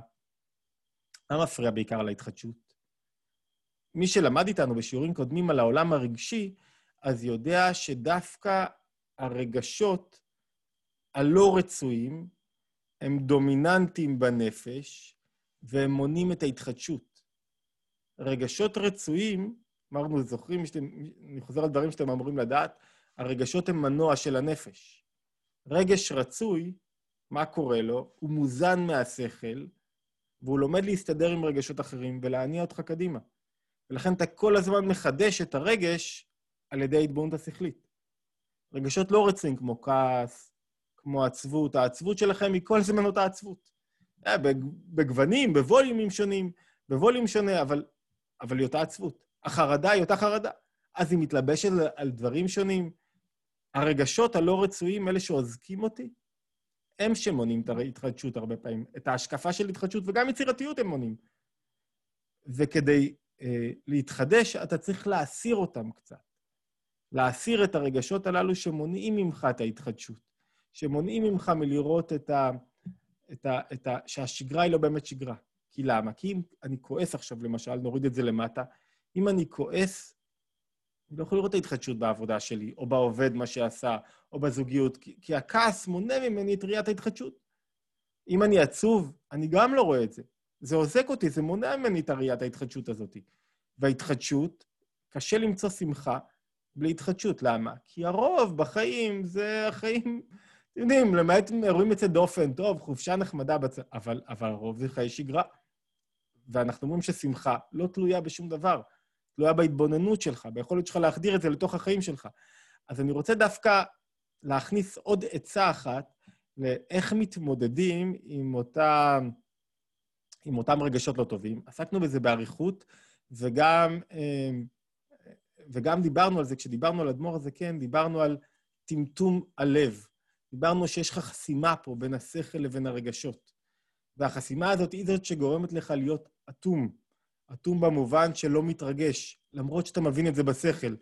מה מפריע בעיקר להתחדשות? מי שלמד איתנו בשיעורים קודמים על העולם הרגשי, אז יודע שדווקא הרגשות הלא רצויים, הם דומיננטיים בנפש, והם מונים את ההתחדשות. רגשות רצויים, אמרנו, זוכרים, שאתם, אני חוזר על דברים שאתם אמורים לדעת, הרגשות הם מנוע של הנפש. רגש רצוי, מה קורה לו? הוא מוזן מהשכל, והוא לומד להסתדר עם רגשות אחרים ולהניע אותך קדימה. ולכן אתה כל הזמן מחדש את הרגש על ידי התבוננות השכלית. רגשות לא רצויים כמו כעס, כמו עצבות. העצבות שלכם היא כל זמן אותה עצבות. בגוונים, בווליומים שונים, בווליום שונה, אבל, אבל היא אותה עצבות. החרדה היא אותה חרדה. אז היא מתלבשת על, על דברים שונים. הרגשות הלא רצויים, אלה שעוזקים אותי, הם שמונים את ההתחדשות הרבה פעמים. את ההשקפה של התחדשות וגם יצירתיות הם מונים. וכדי אה, להתחדש, אתה צריך להסיר אותם קצת. להסיר את הרגשות הללו שמונעים ממך את ההתחדשות. שמונעים ממך מלראות את ה... את ה, את ה, שהשגרה היא לא באמת שגרה. כי למה? כי אם אני כועס עכשיו, למשל, נוריד את זה למטה, אם אני כועס, אני לא יכול לראות את ההתחדשות בעבודה שלי, או בעובד מה שעשה, או בזוגיות, כי, כי הכעס מונע ממני את ראיית ההתחדשות. אם אני עצוב, אני גם לא רואה את זה. זה עוזק אותי, זה מונע ממני את ראיית ההתחדשות הזאת. וההתחדשות, קשה למצוא שמחה בלי התחדשות. למה? כי הרוב בחיים זה החיים... אתם יודעים, למעט אירועים יוצאי דופן, טוב, חופשה נחמדה, בצ... אבל, אבל הרוב זה חיי שגרה. ואנחנו אומרים ששמחה לא תלויה בשום דבר, תלויה בהתבוננות שלך, ביכולת שלך להחדיר את זה לתוך החיים שלך. אז אני רוצה דווקא להכניס עוד עצה אחת לאיך מתמודדים עם אותם, עם אותם רגשות לא טובים. עסקנו בזה בעריכות, וגם, וגם דיברנו על זה, כשדיברנו על אדמו"ר הזקן, דיברנו על טמטום הלב. דיברנו שיש לך חסימה פה בין השכל לבין הרגשות. והחסימה הזאת היא זאת שגורמת לך להיות אטום. אטום במובן שלא מתרגש, למרות שאתה מבין את זה בשכל.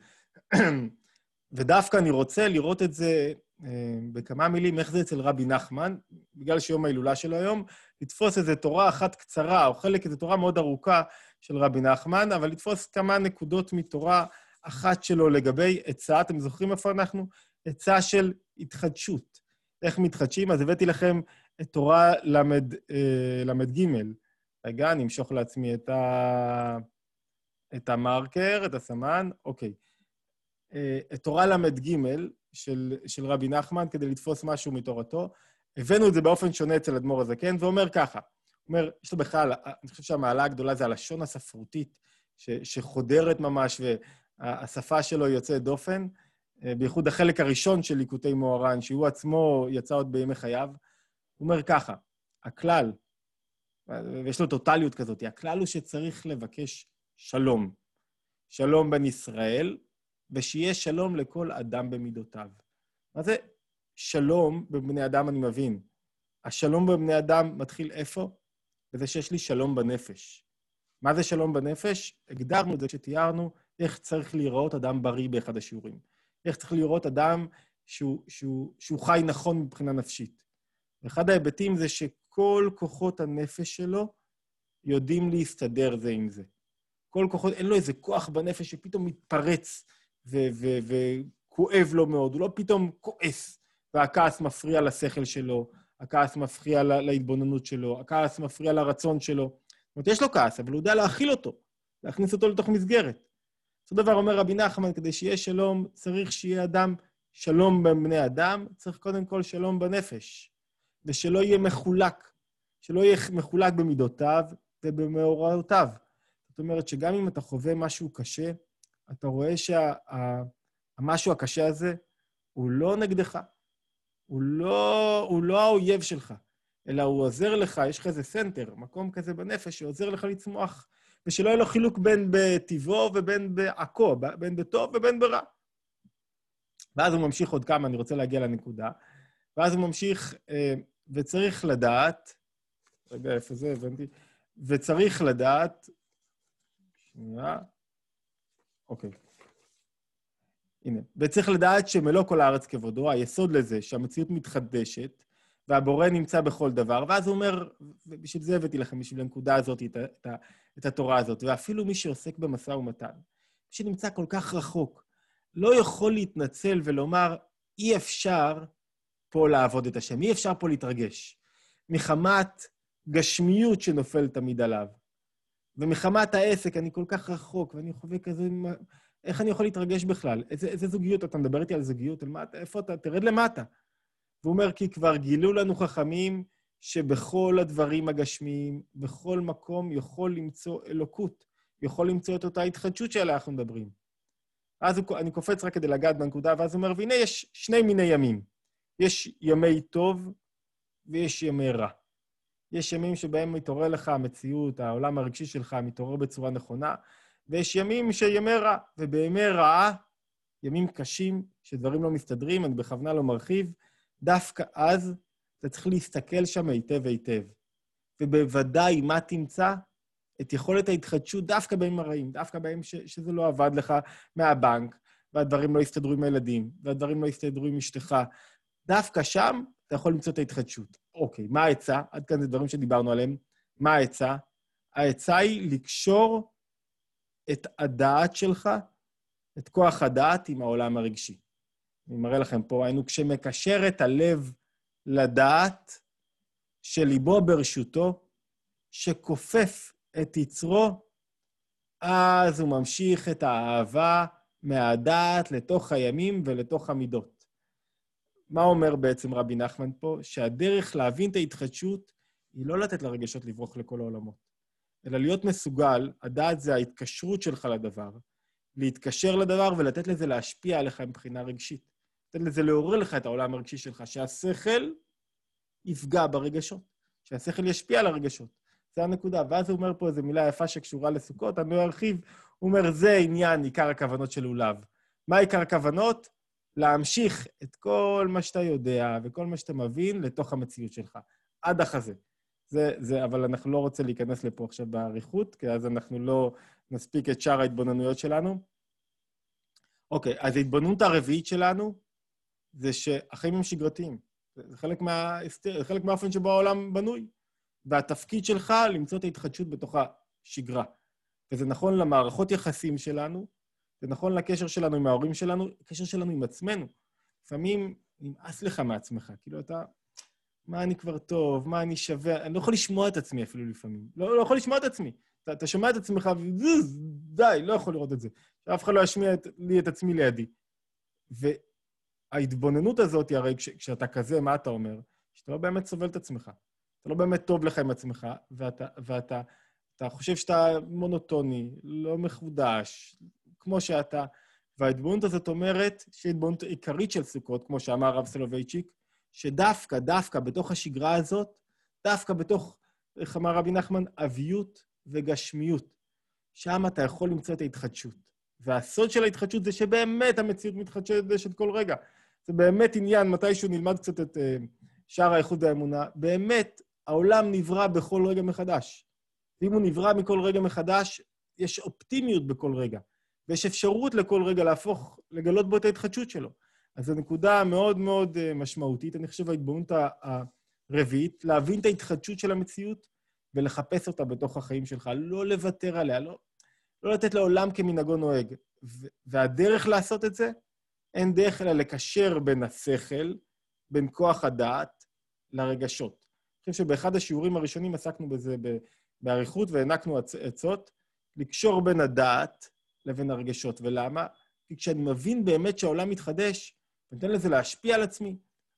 ודווקא אני רוצה לראות את זה אה, בכמה מילים, איך זה אצל רבי נחמן, בגלל שיום ההילולה שלו היום, לתפוס איזו תורה אחת קצרה, או חלק איזו תורה מאוד ארוכה של רבי נחמן, אבל לתפוס כמה נקודות מתורה אחת שלו לגבי עצה, אתם זוכרים איפה אנחנו? עצה של התחדשות. איך מתחדשים? אז הבאתי לכם את תורה למד, אה, למד ג'. רגע, אני אמשוך לעצמי את, ה... את המרקר, את הסמן. אוקיי. אה, את תורה למד ג' של, של רבי נחמן, כדי לתפוס משהו מתורתו. הבאנו את זה באופן שונה אצל אדמו"ר הזקן, ואומר ככה. הוא אומר, יש לו בכלל, אני חושב שהמעלה הגדולה זה הלשון הספרותית, ש, שחודרת ממש, והשפה שלו יוצאת דופן. בייחוד החלק הראשון של ליקוטי מוהר"ן, שהוא עצמו יצא עוד בימי חייו, הוא אומר ככה, הכלל, ויש לו טוטליות כזאת, הכלל הוא שצריך לבקש שלום. שלום בין ישראל, ושיהיה שלום לכל אדם במידותיו. מה זה שלום בבני אדם אני מבין? השלום בבני אדם מתחיל איפה? וזה שיש לי שלום בנפש. מה זה שלום בנפש? הגדרנו את זה כשתיארנו איך צריך להיראות אדם בריא באחד השיעורים. איך צריך לראות אדם שהוא, שהוא, שהוא חי נכון מבחינה נפשית. ואחד ההיבטים זה שכל כוחות הנפש שלו יודעים להסתדר זה עם זה. כל כוחות, אין לו איזה כוח בנפש שפתאום מתפרץ וכואב לו מאוד, הוא לא פתאום כועס, והכעס מפריע לשכל שלו, הכעס מפריע להתבוננות שלו, הכעס מפריע לרצון שלו. זאת אומרת, יש לו כעס, אבל הוא יודע להכיל אותו, להכניס אותו לתוך מסגרת. אותו דבר אומר רבי נחמן, כדי שיהיה שלום, צריך שיהיה אדם שלום בין בני אדם, צריך קודם כל שלום בנפש, ושלא יהיה מחולק, שלא יהיה מחולק במידותיו ובמאורעותיו. זאת אומרת שגם אם אתה חווה משהו קשה, אתה רואה שהמשהו הקשה הזה הוא לא נגדך, הוא לא, הוא לא האויב שלך, אלא הוא עוזר לך, יש לך איזה סנטר, מקום כזה בנפש שעוזר לך לצמוח, ושלא יהיה לו חילוק בין בטבעו ובין בעכו, בין בטוב ובין ברע. ואז הוא ממשיך עוד כמה, אני רוצה להגיע לנקודה, ואז הוא ממשיך, וצריך לדעת, רגע, איפה זה, הבנתי, וצריך לדעת, שנייה, אוקיי. הנה, וצריך לדעת שמלוא כל הארץ כבודו, היסוד לזה שהמציאות מתחדשת, והבורא נמצא בכל דבר, ואז הוא אומר, ובשביל זה הבאתי לכם, בשביל הנקודה הזאת, את, את, את התורה הזאת, ואפילו מי שעוסק במשא ומתן, מי שנמצא כל כך רחוק, לא יכול להתנצל ולומר, אי אפשר פה לעבוד את השם, אי אפשר פה להתרגש, מחמת גשמיות שנופל תמיד עליו, ומחמת העסק, אני כל כך רחוק, ואני חווה כזה, איך אני יכול להתרגש בכלל? איזה, איזה זוגיות? אתה מדבר איתי על זוגיות? על מה, איפה אתה? תרד למטה. והוא אומר, כי כבר גילו לנו חכמים שבכל הדברים הגשמיים, בכל מקום יכול למצוא אלוקות, יכול למצוא את אותה התחדשות שעליה אנחנו מדברים. אז הוא, אני קופץ רק כדי לגעת בנקודה, ואז הוא אומר, והנה יש שני מיני ימים. יש ימי טוב ויש ימי רע. יש ימים שבהם מתעורר לך המציאות, העולם הרגשי שלך מתעורר בצורה נכונה, ויש ימים שימי רע, ובימי רעה, ימים קשים, שדברים לא מסתדרים, אני בכוונה לא מרחיב, דווקא אז אתה צריך להסתכל שם היטב היטב. ובוודאי מה תמצא? את יכולת ההתחדשות דווקא בימים הרעים, דווקא בימים ש- שזה לא עבד לך מהבנק, והדברים לא הסתדרו עם הילדים, והדברים לא הסתדרו עם אשתך. דווקא שם אתה יכול למצוא את ההתחדשות. אוקיי, מה העצה? עד כאן זה דברים שדיברנו עליהם. מה העצה? העצה היא לקשור את הדעת שלך, את כוח הדעת עם העולם הרגשי. אני מראה לכם פה, היינו כשמקשר את הלב לדעת שליבו ברשותו, שכופף את יצרו, אז הוא ממשיך את האהבה מהדעת לתוך הימים ולתוך המידות. מה אומר בעצם רבי נחמן פה? שהדרך להבין את ההתחדשות היא לא לתת לרגשות לברוח לכל העולמות, אלא להיות מסוגל, הדעת זה ההתקשרות שלך לדבר, להתקשר לדבר ולתת לזה להשפיע עליך מבחינה רגשית. לתת לזה לעורר לך את העולם הרגשי שלך, שהשכל יפגע ברגשות, שהשכל ישפיע על הרגשות. זה הנקודה. ואז הוא אומר פה איזו מילה יפה שקשורה לסוכות, אני לא ארחיב, הוא אומר, זה עניין עיקר הכוונות של לולב. מה עיקר הכוונות? להמשיך את כל מה שאתה יודע וכל מה שאתה מבין לתוך המציאות שלך, עד החזה. זה, זה, אבל אנחנו לא רוצים להיכנס לפה עכשיו בעריכות, כי אז אנחנו לא נספיק את שאר ההתבוננויות שלנו. אוקיי, אז ההתבוננות הרביעית שלנו זה שהחיים הם שגרתיים. זה חלק מה, זה חלק מהאופן שבו העולם בנוי. והתפקיד שלך למצוא את ההתחדשות בתוך השגרה. וזה נכון למערכות יחסים שלנו, זה נכון לקשר שלנו עם ההורים שלנו, הקשר שלנו עם עצמנו. לפעמים נמאס לך מעצמך, כאילו אתה, מה אני כבר טוב, מה אני שווה, אני לא יכול לשמוע את עצמי אפילו לפעמים. לא, לא יכול לשמוע את עצמי. אתה, אתה שומע את עצמך ודי, לא יכול לראות את זה. שאף אחד לא ישמיע את, לי את עצמי לידי. וההתבוננות הזאת, הרי כש, כשאתה כזה, מה אתה אומר? שאתה לא באמת סובל את עצמך. אתה לא באמת טוב לך עם עצמך, ואתה, ואתה אתה חושב שאתה מונוטוני, לא מחודש, כמו שאתה. וההתבוננות הזאת אומרת שהיא התבוננות עיקרית של סוכות, כמו שאמר הרב סולובייצ'יק, שדווקא, דווקא בתוך השגרה הזאת, דווקא בתוך, איך אמר רבי נחמן, אביות וגשמיות. שם אתה יכול למצוא את ההתחדשות. והסוד של ההתחדשות זה שבאמת המציאות מתחדשת כל רגע. זה באמת עניין, מתישהו נלמד קצת את uh, שער האיחוד והאמונה, באמת העולם נברא בכל רגע מחדש. ואם הוא נברא מכל רגע מחדש, יש אופטימיות בכל רגע. ויש אפשרות לכל רגע להפוך, לגלות בו את ההתחדשות שלו. אז זו נקודה מאוד מאוד uh, משמעותית, אני חושב ההתבוננות הרביעית, להבין את ההתחדשות של המציאות ולחפש אותה בתוך החיים שלך, לא לוותר עליה, לא, לא לתת לעולם כמנהגו נוהג. והדרך לעשות את זה, אין דרך אלא לקשר בין השכל, בין כוח הדעת לרגשות. אני חושב שבאחד השיעורים הראשונים עסקנו בזה בעריכות והענקנו עצות, לקשור בין הדעת לבין הרגשות. ולמה? כי כשאני מבין באמת שהעולם מתחדש, ונותן לזה להשפיע על עצמי,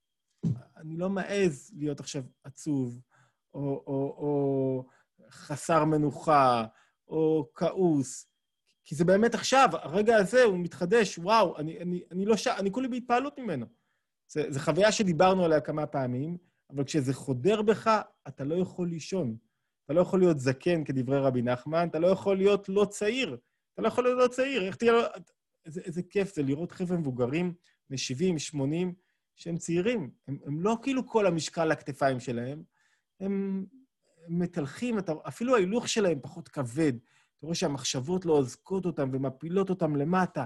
אני לא מעז להיות עכשיו עצוב, או, או, או חסר מנוחה, או כעוס, כי זה באמת עכשיו, הרגע הזה הוא מתחדש, וואו, אני, אני, אני לא ש... אני כולי בהתפעלות ממנו. זה, זה חוויה שדיברנו עליה כמה פעמים, אבל כשזה חודר בך, אתה לא יכול לישון. אתה לא יכול להיות זקן כדברי רבי נחמן, אתה לא יכול להיות לא צעיר. אתה לא יכול להיות לא צעיר. איך תהיה לו... איזה, איזה כיף זה לראות חבר'ה מבוגרים, מ-שבעים, שמונים, שהם צעירים. הם, הם לא כאילו כל המשקל לכתפיים שלהם, הם, הם מתהלכים, אתה... אפילו ההילוך שלהם פחות כבד. אתה רואה שהמחשבות לא עוזקות אותם ומפילות אותם למטה.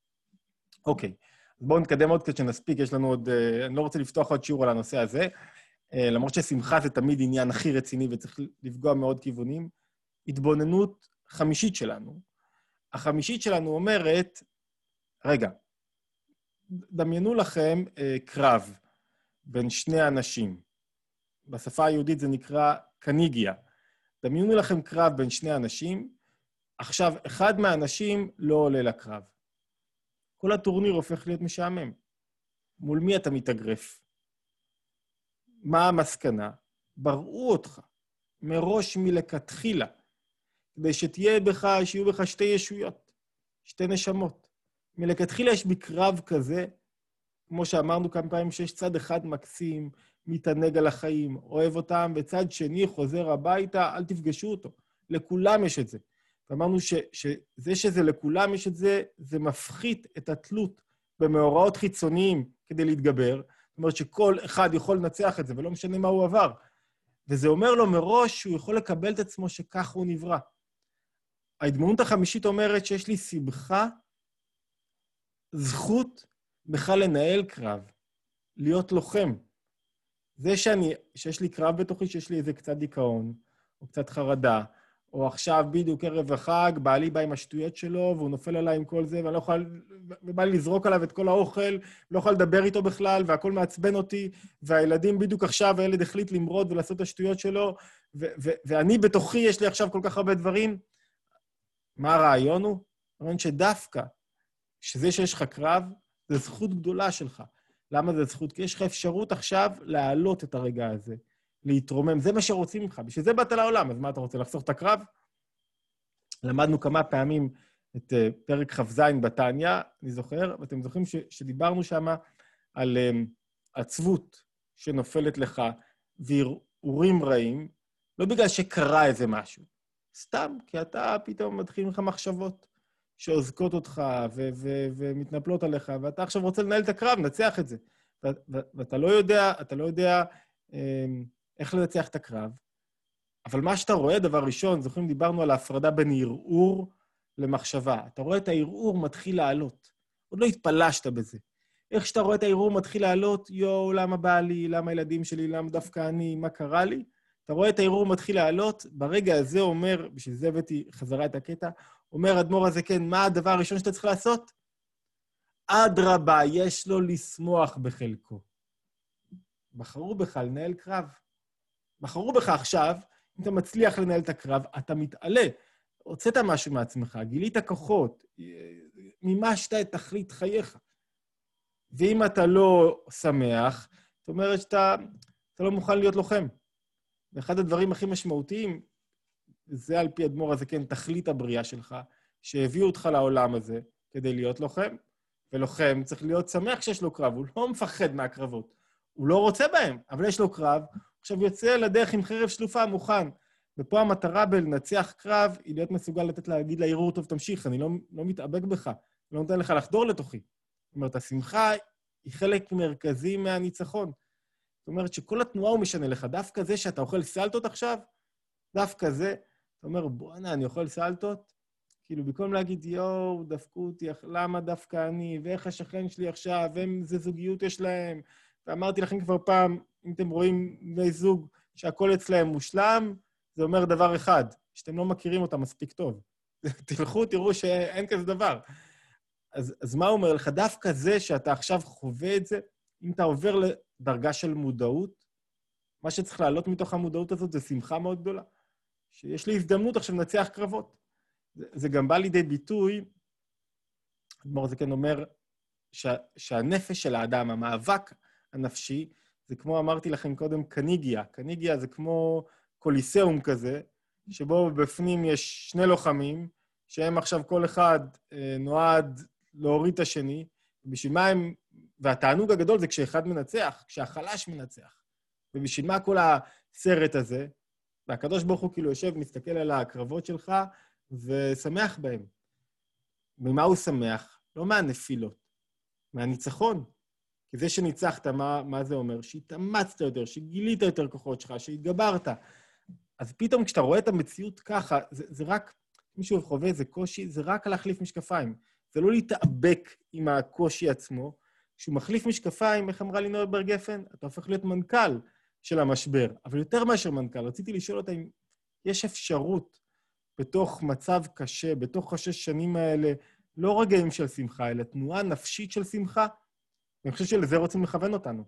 אוקיי, אז בואו נתקדם עוד קצת שנספיק, יש לנו עוד... אני לא רוצה לפתוח עוד שיעור על הנושא הזה, למרות ששמחה זה תמיד עניין הכי רציני וצריך לפגוע מאוד כיוונים. התבוננות חמישית שלנו. החמישית שלנו אומרת, רגע, דמיינו לכם קרב בין שני אנשים. בשפה היהודית זה נקרא קניגיה. דמיינו לכם קרב בין שני אנשים, עכשיו, אחד מהאנשים לא עולה לקרב. כל הטורניר הופך להיות משעמם. מול מי אתה מתאגרף? מה המסקנה? בראו אותך מראש מלכתחילה, כדי שתהיה בך, שיהיו בך שתי ישויות, שתי נשמות. מלכתחילה יש בקרב כזה, כמו שאמרנו כמה פעמים, שיש צד אחד מקסים, מתענג על החיים, אוהב אותם, וצד שני חוזר הביתה, אל תפגשו אותו. לכולם יש את זה. ואמרנו ש, שזה שזה לכולם יש את זה, זה מפחית את התלות במאורעות חיצוניים כדי להתגבר. זאת אומרת שכל אחד יכול לנצח את זה, ולא משנה מה הוא עבר. וזה אומר לו מראש שהוא יכול לקבל את עצמו שכך הוא נברא. ההתבוננות החמישית אומרת שיש לי שמחה, זכות בכלל לנהל קרב, להיות לוחם. זה שאני, שיש לי קרב בתוכי, שיש לי איזה קצת דיכאון, או קצת חרדה, או עכשיו בדיוק ערב החג, בעלי בא עם השטויות שלו, והוא נופל עליי עם כל זה, ואני לא יכול, ובא לי לזרוק עליו את כל האוכל, לא יכול לדבר איתו בכלל, והכל מעצבן אותי, והילדים בדיוק עכשיו, הילד החליט למרוד ולעשות את השטויות שלו, ו- ו- ואני בתוכי, יש לי עכשיו כל כך הרבה דברים. מה הרעיון הוא? הרעיון שדווקא, שזה שיש לך קרב, זה זכות גדולה שלך. למה זה זכות? כי יש לך אפשרות עכשיו להעלות את הרגע הזה, להתרומם. זה מה שרוצים ממך. בשביל זה באת לעולם. אז מה אתה רוצה, לחסוך את הקרב? למדנו כמה פעמים את uh, פרק ח"ז בתניא, אני זוכר, ואתם זוכרים ש, שדיברנו שם על um, עצבות שנופלת לך והרהורים רעים, לא בגלל שקרה איזה משהו, סתם, כי אתה פתאום מתחיל לך מחשבות שעוזקות אותך ו- ו- ומתנפלות עליך, ואתה עכשיו רוצה לנהל את הקרב, נצח את זה. ו- ו- ואתה לא יודע, אתה לא יודע um, איך לנצח את הקרב, אבל מה שאתה רואה, דבר ראשון, זוכרים, דיברנו על ההפרדה בין ערעור למחשבה. אתה רואה את הערעור מתחיל לעלות. עוד לא התפלשת בזה. איך שאתה רואה את הערעור מתחיל לעלות, יו, למה בא לי, למה הילדים שלי, למה דווקא אני, מה קרה לי? אתה רואה את הערעור מתחיל לעלות, ברגע הזה אומר, בשביל זה הבאתי חזרה את הקטע, אומר אדמו"ר הזה, כן, מה הדבר הראשון שאתה צריך לעשות? אדרבה, יש לו לשמוח בחלקו. בחרו בך לנהל קרב. בחרו בך עכשיו, אם אתה מצליח לנהל את הקרב, אתה מתעלה. הוצאת משהו מעצמך, גילית כוחות, מימשת את תכלית חייך. ואם אתה לא שמח, זאת אומרת שאתה אתה לא מוכן להיות לוחם. ואחד הדברים הכי משמעותיים, זה על פי אדמו"ר הזה, כן, תכלית הבריאה שלך, שהביאו אותך לעולם הזה כדי להיות לוחם, ולוחם צריך להיות שמח שיש לו קרב, הוא לא מפחד מהקרבות. הוא לא רוצה בהם, אבל יש לו קרב, עכשיו יוצא לדרך עם חרב שלופה, מוכן. ופה המטרה בלנצח קרב, היא להיות מסוגל לתת להגיד לערעור, טוב, תמשיך, אני לא, לא מתאבק בך, לא נותן לך לחדור לתוכי. זאת אומרת, השמחה היא חלק מרכזי מהניצחון. זאת אומרת שכל התנועה הוא משנה לך, דווקא זה שאתה אוכל סלטות עכשיו, דווקא זה, אתה אומר, בוא'נה, אני אוכל סלטות? כאילו, במקום להגיד, יואו, דפקו אותי, למה דווקא אני, ואיך השכן שלי עכשיו, ואיזה זוגיות יש להם, ואמרתי לכם כבר פעם, אם אתם רואים בני זוג שהכל אצלהם מושלם, זה אומר דבר אחד, שאתם לא מכירים אותם מספיק טוב. תלכו, תראו שאין כזה דבר. אז, אז מה הוא אומר לך? דווקא זה שאתה עכשיו חווה את זה, אם אתה עובר לדרגה של מודעות, מה שצריך לעלות מתוך המודעות הזאת זה שמחה מאוד גדולה. שיש לי הזדמנות עכשיו לנצח קרבות. זה, זה גם בא לידי ביטוי, אדמו"ר זה כן אומר, שה, שהנפש של האדם, המאבק הנפשי, זה כמו אמרתי לכם קודם, קניגיה. קניגיה זה כמו קוליסאום כזה, שבו בפנים יש שני לוחמים, שהם עכשיו כל אחד אה, נועד להוריד את השני, ובשביל מה הם, והתענוג הגדול זה כשאחד מנצח, כשהחלש מנצח. ובשביל מה כל הסרט הזה, והקדוש ברוך הוא כאילו יושב, מסתכל על הקרבות שלך, ושמח בהם. ממה הוא שמח? לא מהנפילות, מהניצחון. כי זה שניצחת, מה, מה זה אומר? שהתאמצת יותר, שגילית יותר כוחות שלך, שהתגברת. אז פתאום כשאתה רואה את המציאות ככה, זה, זה רק, מישהו חווה איזה קושי, זה רק להחליף משקפיים. זה לא להתאבק עם הקושי עצמו. כשהוא מחליף משקפיים, איך אמרה לי נועה בר גפן? אתה הופך להיות מנכ"ל של המשבר. אבל יותר מאשר מנכ"ל, רציתי לשאול אותה אם יש אפשרות בתוך מצב קשה, בתוך השש שנים האלה, לא רגעים של שמחה, אלא תנועה נפשית של שמחה, ואני חושב שלזה רוצים לכוון אותנו.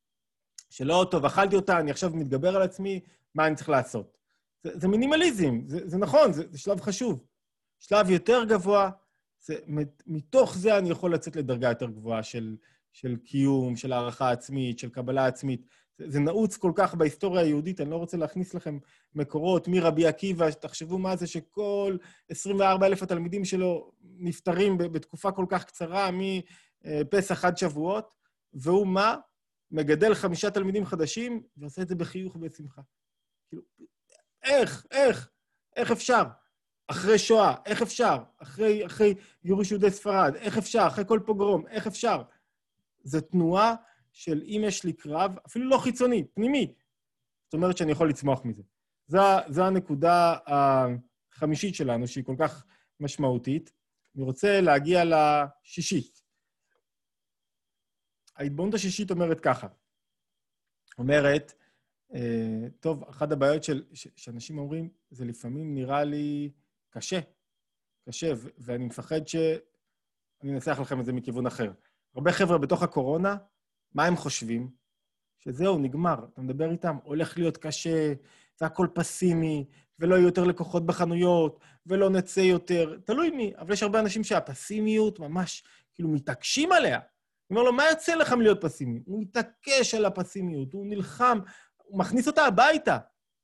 שלא, טוב, אכלתי אותה, אני עכשיו מתגבר על עצמי, מה אני צריך לעשות? זה, זה מינימליזם, זה, זה נכון, זה, זה שלב חשוב. שלב יותר גבוה, זה, מתוך זה אני יכול לצאת לדרגה יותר גבוהה של, של קיום, של הערכה עצמית, של קבלה עצמית. זה, זה נעוץ כל כך בהיסטוריה היהודית, אני לא רוצה להכניס לכם מקורות מרבי עקיבא, תחשבו מה זה שכל עשרים וארבעה אלף התלמידים שלו נפטרים בתקופה כל כך קצרה, מפסח עד שבועות, והוא מה? מגדל חמישה תלמידים חדשים, ועושה את זה בחיוך ובשמחה. כאילו, איך, איך, איך אפשר? אחרי שואה, איך אפשר? אחרי, אחרי גירוש יהודי ספרד, איך אפשר? אחרי כל פוגרום, איך אפשר? זו תנועה של אם יש לי קרב, אפילו לא חיצוני, פנימי. זאת אומרת שאני יכול לצמוח מזה. זו, זו הנקודה החמישית שלנו, שהיא כל כך משמעותית. אני רוצה להגיע לשישית. ההתבוננות השישית אומרת ככה. אומרת, אה, טוב, אחת הבעיות של, ש, שאנשים אומרים, זה לפעמים נראה לי קשה, קשה, ו- ואני מפחד שאני אנסח לכם את זה מכיוון אחר. הרבה חבר'ה בתוך הקורונה, מה הם חושבים? שזהו, נגמר. אתה מדבר איתם, הולך להיות קשה, והכל פסימי, ולא יהיו יותר לקוחות בחנויות, ולא נצא יותר, תלוי מי. אבל יש הרבה אנשים שהפסימיות ממש, כאילו, מתעקשים עליה. אני אומר לו, מה יוצא לכם להיות פסימי? הוא מתעקש על הפסימיות, הוא נלחם, הוא מכניס אותה הביתה.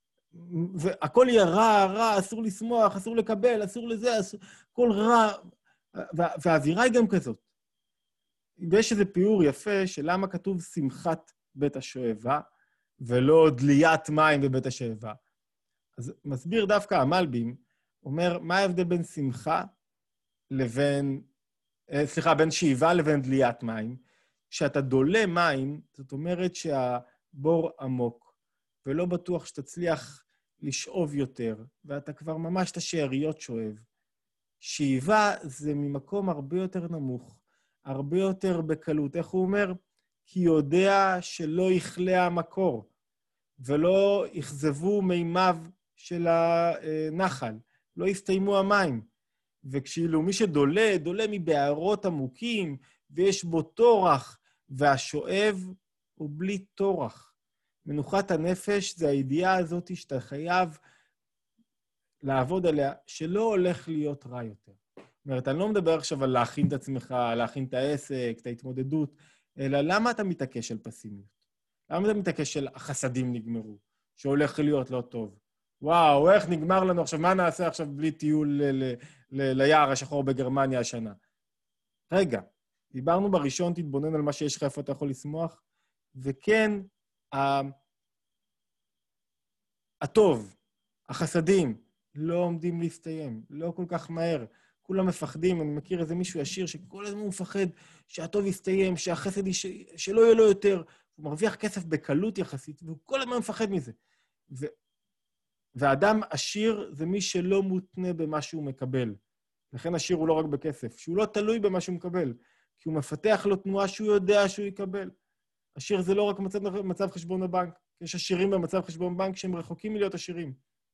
והכל יהיה רע, רע, אסור לשמוח, אסור לקבל, אסור לזה, אסור... כל רע. וה... והאווירה היא גם כזאת. ויש איזה פיור יפה של למה כתוב שמחת בית השואבה, ולא דליית מים בבית השואבה. אז מסביר דווקא המלבים, אומר, מה ההבדל בין שמחה לבין, סליחה, בין שאיבה לבין דליית מים? כשאתה דולה מים, זאת אומרת שהבור עמוק, ולא בטוח שתצליח לשאוב יותר, ואתה כבר ממש את השאריות שואב. שאיבה זה ממקום הרבה יותר נמוך, הרבה יותר בקלות. איך הוא אומר? כי יודע שלא יכלה המקור, ולא יכזבו מימיו של הנחל, לא יסתיימו המים. וכשאילו מי שדולה, דולה מבערות עמוקים, ויש בו תורח, והשואב הוא בלי תורח. מנוחת הנפש זה הידיעה הזאת שאתה חייב לעבוד עליה, שלא הולך להיות רע יותר. זאת אומרת, אני לא מדבר עכשיו על להכין את עצמך, להכין את העסק, את ההתמודדות, אלא למה אתה מתעקש על פסימיות? למה אתה מתעקש של החסדים נגמרו, שהולך להיות לא טוב? וואו, איך נגמר לנו עכשיו, מה נעשה עכשיו בלי טיול ל- ל- ל- ליער השחור בגרמניה השנה? רגע, דיברנו בראשון, תתבונן על מה שיש לך, איפה אתה יכול לשמוח, וכן, ה- הטוב, החסדים, לא עומדים להסתיים, לא כל כך מהר. כולם מפחדים, אני מכיר איזה מישהו ישיר שכל הזמן הוא מפחד שהטוב יסתיים, שהחסד יש... שלא יהיה לו יותר. הוא מרוויח כסף בקלות יחסית, והוא כל הזמן מפחד מזה. ו... ואדם עשיר זה מי שלא מותנה במה שהוא מקבל. לכן עשיר הוא לא רק בכסף, שהוא לא תלוי במה שהוא מקבל, כי הוא מפתח לו תנועה שהוא יודע שהוא יקבל. עשיר זה לא רק מצב, מצב חשבון הבנק, יש עשירים במצב חשבון בנק שהם רחוקים מלהיות עשירים.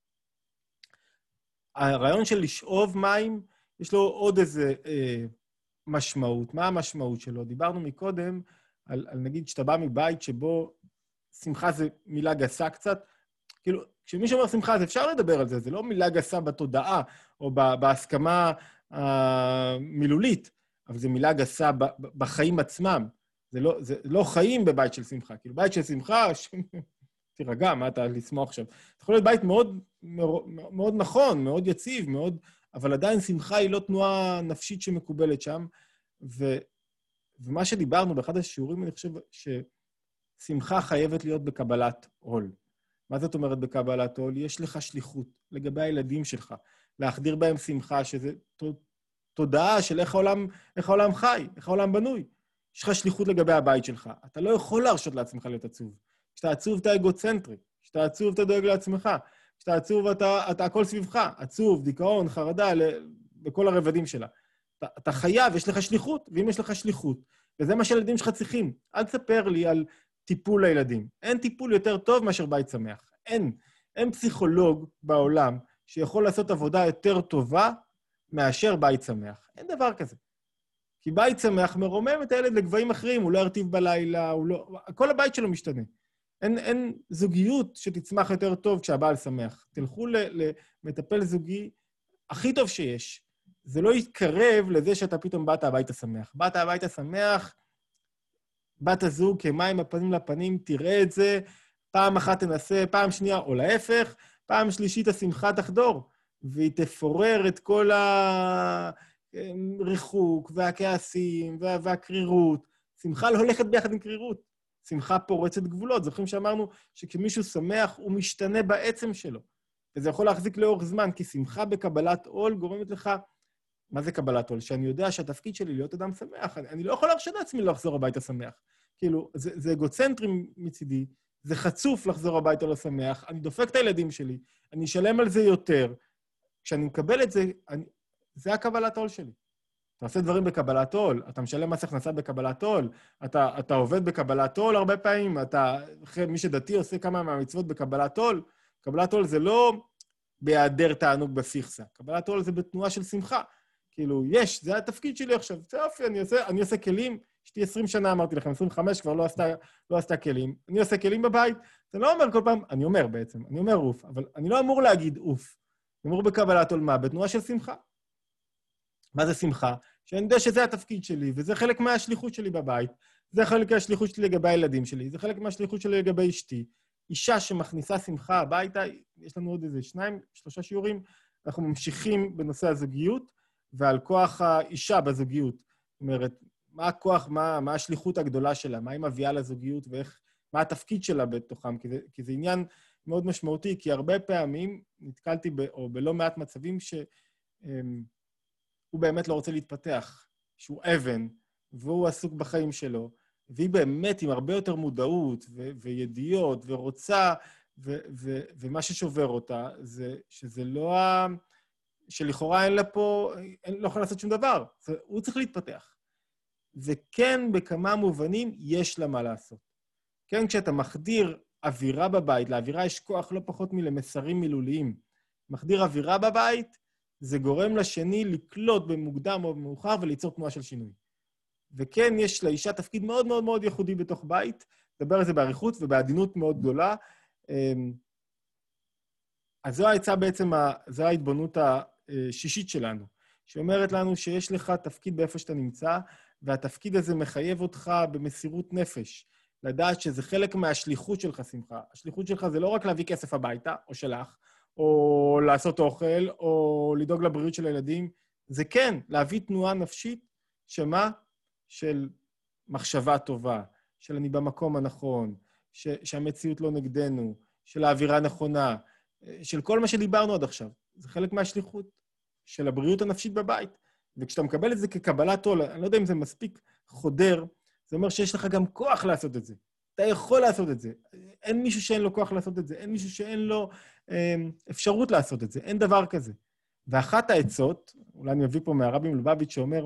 הרעיון של לשאוב מים, יש לו עוד איזה אה, משמעות. מה המשמעות שלו? דיברנו מקודם על, על נגיד שאתה בא מבית שבו שמחה זה מילה גסה קצת. כאילו, כשמישהו אומר שמחה, אז אפשר לדבר על זה, זה לא מילה גסה בתודעה או בהסכמה המילולית, אבל זה מילה גסה ב, ב, בחיים עצמם. זה לא, זה לא חיים בבית של שמחה. כאילו, בית של שמחה, ש... תירגע, מה אתה לשמוח עכשיו? זה יכול להיות בית מאוד, מאוד נכון, מאוד יציב, מאוד... אבל עדיין שמחה היא לא תנועה נפשית שמקובלת שם, ו... ומה שדיברנו באחד השיעורים, אני חושב ששמחה חייבת להיות בקבלת עול. מה זאת אומרת בקבלת עול? יש לך שליחות לגבי הילדים שלך, להחדיר בהם שמחה, שזה תודעה של איך העולם, איך העולם חי, איך העולם בנוי. יש לך שליחות לגבי הבית שלך. אתה לא יכול להרשות לעצמך להיות עצוב. כשאתה עצוב אתה אגוצנטרי, כשאתה עצוב אתה דואג לעצמך, כשאתה עצוב אתה, אתה הכל סביבך, עצוב, דיכאון, חרדה, בכל הרבדים שלה. אתה, אתה חייב, יש לך שליחות, ואם יש לך שליחות, וזה מה שהילדים שלך צריכים. אל תספר לי על טיפול לילדים. אין טיפול יותר טוב מאשר בית שמח. אין. אין פסיכולוג בעולם שיכול לעשות עבודה יותר טובה מאשר בית שמח. אין דבר כזה. כי בית שמח מרומם את הילד לגבהים אחרים, הוא לא ירטיב בלילה, הוא לא... כל הבית שלו משתנה. אין, אין זוגיות שתצמח יותר טוב כשהבעל שמח. תלכו למטפל זוגי הכי טוב שיש. זה לא יתקרב לזה שאתה פתאום באת הביתה שמח. באת הביתה שמח, בת הזוג כמים הפנים לפנים, תראה את זה, פעם אחת תנסה, פעם שנייה, או להפך, פעם שלישית השמחה תחדור, והיא תפורר את כל הריחוק והכעסים וה... והקרירות. שמחה לא הולכת ביחד עם קרירות. שמחה פורצת גבולות. זוכרים שאמרנו שכשמישהו שמח, הוא משתנה בעצם שלו. וזה יכול להחזיק לאורך זמן, כי שמחה בקבלת עול גורמת לך... מה זה קבלת עול? שאני יודע שהתפקיד שלי להיות אדם שמח. אני, אני לא יכול להרשות לעצמי לחזור הביתה שמח. כאילו, זה, זה אגוצנטרי מצידי, זה חצוף לחזור הביתה לא שמח, אני דופק את הילדים שלי, אני אשלם על זה יותר. כשאני מקבל את זה, אני, זה הקבלת עול שלי. אתה עושה דברים בקבלת עול, אתה משלם מס הכנסה בקבלת עול, אתה, אתה עובד בקבלת עול הרבה פעמים, אתה, מי שדתי עושה כמה מהמצוות בקבלת עול. קבלת עול זה לא בהיעדר תענוג בפיכסה, קבלת עול זה בתנועה של שמחה. כאילו, יש, זה התפקיד שלי עכשיו, זה יופי, אני עושה, אני עושה כלים, אשתי עשרים שנה, אמרתי לכם, עשרים וחמש כבר לא עשתה, לא עשתה כלים, אני עושה כלים בבית, זה לא אומר כל פעם, אני אומר בעצם, אני אומר אוף, אבל אני לא אמור להגיד אוף, אני אמור בקבלת עול מה, בתנועה של שמחה. מה זה שמחה? שאני יודע שזה התפקיד שלי, וזה חלק מהשליחות שלי בבית, זה חלק מהשליחות שלי לגבי הילדים שלי, זה חלק מהשליחות שלי לגבי אשתי. אישה שמכניסה שמחה הביתה, יש לנו עוד איזה שניים, שלושה שיעורים, אנחנו ממשיכים בנושא הזוגיות, ועל כוח האישה בזוגיות. זאת אומרת, מה הכוח, מה, מה השליחות הגדולה שלה, מה היא מביאה לזוגיות, ואיך, מה התפקיד שלה בתוכם, כי זה, כי זה עניין מאוד משמעותי, כי הרבה פעמים נתקלתי ב, או בלא מעט מצבים ש... הוא באמת לא רוצה להתפתח, שהוא אבן, והוא עסוק בחיים שלו, והיא באמת עם הרבה יותר מודעות ו- וידיעות ורוצה, ו- ו- ומה ששובר אותה זה שזה לא ה... שלכאורה אין לה פה, אין, לא יכול לעשות שום דבר. זה, הוא צריך להתפתח. וכן, בכמה מובנים יש לה מה לעשות. כן, כשאתה מחדיר אווירה בבית, לאווירה יש כוח לא פחות מלמסרים מילוליים. מחדיר אווירה בבית, זה גורם לשני לקלוט במוקדם או במאוחר וליצור תנועה של שינוי. וכן, יש לאישה תפקיד מאוד מאוד מאוד ייחודי בתוך בית, לדבר על זה בעריכות ובעדינות מאוד גדולה. אז זו העצה בעצם, זו ההתבוננות השישית שלנו, שאומרת לנו שיש לך תפקיד באיפה שאתה נמצא, והתפקיד הזה מחייב אותך במסירות נפש, לדעת שזה חלק מהשליחות שלך, שמחה. השליחות שלך זה לא רק להביא כסף הביתה, או שלך, או לעשות אוכל, או לדאוג לבריאות של הילדים, זה כן, להביא תנועה נפשית, שמה? של מחשבה טובה, של אני במקום הנכון, ש- שהמציאות לא נגדנו, של האווירה נכונה, של כל מה שדיברנו עד עכשיו. זה חלק מהשליחות של הבריאות הנפשית בבית. וכשאתה מקבל את זה כקבלת עול, אני לא יודע אם זה מספיק חודר, זה אומר שיש לך גם כוח לעשות את זה. אתה יכול לעשות את זה. אין מישהו שאין לו כוח לעשות את זה, אין מישהו שאין לו אה, אפשרות לעשות את זה, אין דבר כזה. ואחת העצות, אולי אני אביא פה מהרבי מלובביץ' שאומר,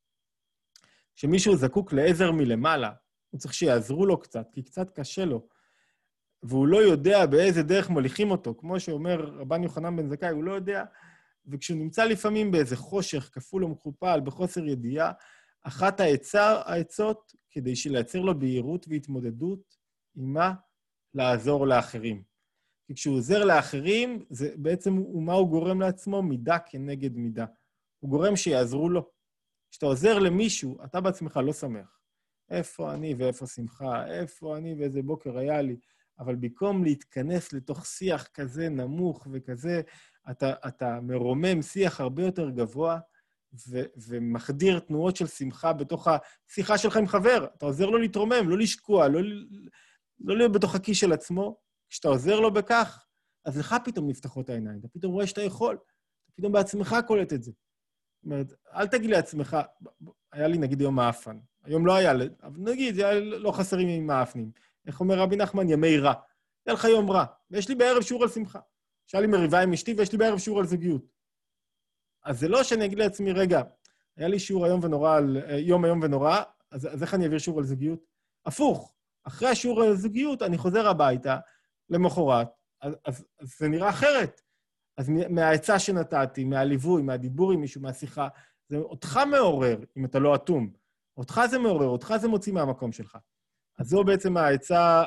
שמישהו זקוק לעזר מלמעלה, הוא צריך שיעזרו לו קצת, כי קצת קשה לו, והוא לא יודע באיזה דרך מוליכים אותו, כמו שאומר רבן יוחנן בן זכאי, הוא לא יודע, וכשהוא נמצא לפעמים באיזה חושך, כפול ומכופל, בחוסר ידיעה, אחת העצה, העצות, כדי שלייצר לו בהירות והתמודדות, עם מה? לעזור לאחרים. כי כשהוא עוזר לאחרים, זה בעצם מה הוא גורם לעצמו? מידה כנגד מידה. הוא גורם שיעזרו לו. כשאתה עוזר למישהו, אתה בעצמך לא שמח. איפה אני ואיפה שמחה, איפה אני ואיזה בוקר היה לי. אבל במקום להתכנס לתוך שיח כזה נמוך וכזה, אתה, אתה מרומם שיח הרבה יותר גבוה, ו- ומחדיר תנועות של שמחה בתוך השיחה שלך עם חבר. אתה עוזר לו להתרומם, לא לשקוע, לא, לא להיות בתוך הכיס של עצמו. כשאתה עוזר לו בכך, אז לך פתאום נפתחות העיניים. אתה פתאום רואה שאתה יכול. אתה פתאום בעצמך קולט את זה. זאת אומרת, אל תגיד לעצמך, היה לי נגיד יום מאפן. היום לא היה, אבל נגיד, זה היה לא חסרים עם מאפנים. איך אומר רבי נחמן? ימי רע. היה לך יום רע. ויש לי בערב שיעור על שמחה. שהיה לי מריבה עם אשתי, ויש לי בערב שיעור על זוגיות. אז זה לא שאני אגיד לעצמי, רגע, היה לי שיעור היום ונורא על, יום היום ונורא, אז, אז איך אני אעביר שיעור על זוגיות? הפוך. אחרי השיעור על זוגיות, אני חוזר הביתה, למחרת, אז, אז, אז זה נראה אחרת. אז מהעצה שנתתי, מהליווי, מהדיבור עם מישהו, מהשיחה, זה אותך מעורר, אם אתה לא אטום. אותך זה מעורר, אותך זה מוציא מהמקום שלך. אז זו בעצם העצה,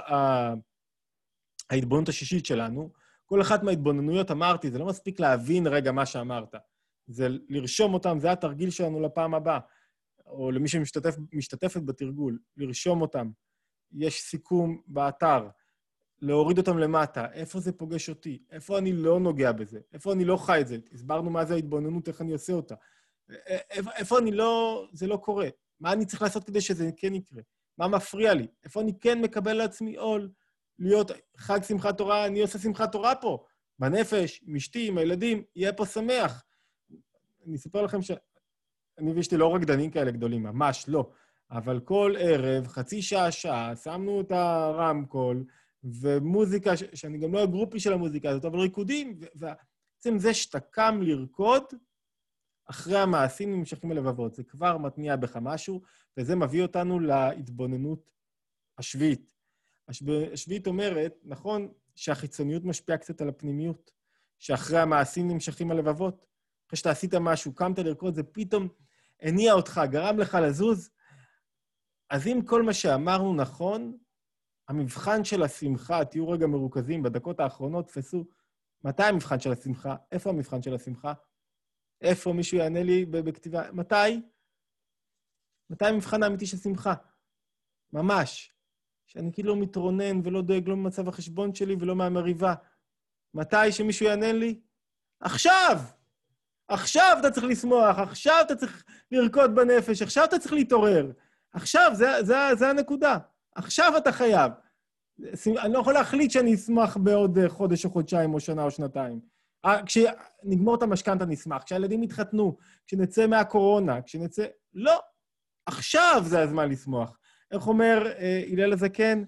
ההתבוננות השישית שלנו. כל אחת מההתבוננויות אמרתי, זה לא מספיק להבין רגע מה שאמרת. זה לרשום אותם, זה התרגיל שלנו לפעם הבאה, או למי שמשתתפת בתרגול, לרשום אותם. יש סיכום באתר, להוריד אותם למטה, איפה זה פוגש אותי, איפה אני לא נוגע בזה, איפה אני לא חי את זה, הסברנו מה זה ההתבוננות, איך אני עושה אותה, איפה, איפה אני לא, זה לא קורה, מה אני צריך לעשות כדי שזה כן יקרה, מה מפריע לי, איפה אני כן מקבל לעצמי עול, להיות חג שמחת תורה, אני עושה שמחת תורה פה, בנפש, עם אשתי, עם הילדים, יהיה פה שמח. אני אספר לכם ש... אני ואשתי לא רקדנים כאלה גדולים, ממש לא. אבל כל ערב, חצי שעה, שעה, שמנו את הרמקול, ומוזיקה, ש... שאני גם לא הגרופי של המוזיקה הזאת, אבל ריקודים, ובעצם זה שאתה קם לרקוד, אחרי המעשים נמשכים הלבבות. זה כבר מתניע בך משהו, וזה מביא אותנו להתבוננות השביעית. השביעית אומרת, נכון, שהחיצוניות משפיעה קצת על הפנימיות, שאחרי המעשים נמשכים הלבבות. אחרי שאתה עשית משהו, קמת לרקוד, זה פתאום הניע אותך, גרם לך לזוז. אז אם כל מה שאמרנו נכון, המבחן של השמחה, תהיו רגע מרוכזים, בדקות האחרונות תפסו, מתי המבחן של השמחה? איפה המבחן של השמחה? איפה מישהו יענה לי בכתיבה? מתי? מתי המבחן האמיתי של שמחה? ממש. שאני כאילו מתרונן ולא דואג לא ממצב החשבון שלי ולא מהמריבה. מתי שמישהו יענה לי? עכשיו! עכשיו אתה צריך לשמוח, עכשיו אתה צריך לרקוד בנפש, עכשיו אתה צריך להתעורר. עכשיו, זה, זה, זה הנקודה. עכשיו אתה חייב. אני לא יכול להחליט שאני אשמח בעוד חודש או חודשיים או שנה או שנתיים. כשנגמור את המשכנתא נשמח, כשהילדים יתחתנו, כשנצא מהקורונה, כשנצא... לא, עכשיו זה הזמן לשמוח. איך אומר הלל הזקן?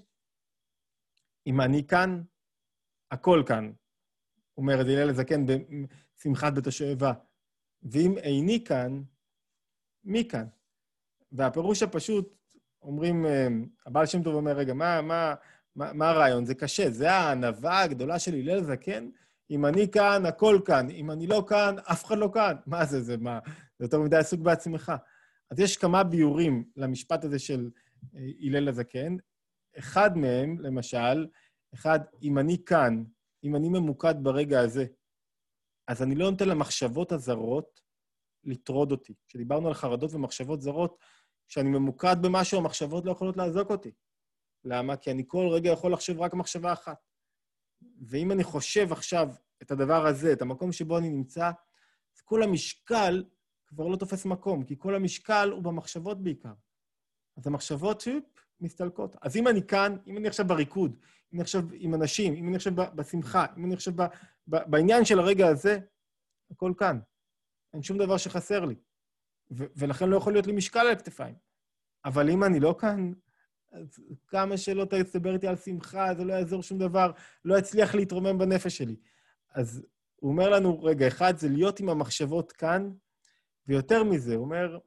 אם אני כאן, הכל כאן. אומר את הלל הזקן בשמחת בית השואבה. ואם איני כאן, מי כאן? והפירוש הפשוט, אומרים, הבעל שם טוב אומר, רגע, מה, מה, מה, מה הרעיון? זה קשה, זה הענווה הגדולה של הלל הזקן. אם אני כאן, הכל כאן. אם אני לא כאן, אף אחד לא כאן. מה זה, זה מה? זה יותר מדי עסוק בעצמך. אז יש כמה ביורים למשפט הזה של הלל הזקן. אחד מהם, למשל, אחד, אם אני כאן, אם אני ממוקד ברגע הזה, אז אני לא נותן למחשבות הזרות לטרוד אותי. כשדיברנו על חרדות ומחשבות זרות, כשאני ממוקד במשהו, המחשבות לא יכולות לעזוק אותי. למה? כי אני כל רגע יכול לחשוב רק מחשבה אחת. ואם אני חושב עכשיו את הדבר הזה, את המקום שבו אני נמצא, אז כל המשקל כבר לא תופס מקום, כי כל המשקל הוא במחשבות בעיקר. אז המחשבות, שופ, מסתלקות. אז אם אני כאן, אם אני עכשיו בריקוד, אם אני עכשיו עם אנשים, אם אני עכשיו בשמחה, אם אני עכשיו ב, ב, בעניין של הרגע הזה, הכל כאן. אין שום דבר שחסר לי. ו- ולכן לא יכול להיות לי משקל על הכתפיים. אבל אם אני לא כאן, אז כמה שלא תדבר איתי על שמחה, זה לא יעזור שום דבר, לא יצליח להתרומם בנפש שלי. אז הוא אומר לנו, רגע, אחד זה להיות עם המחשבות כאן, ויותר מזה, הוא אומר,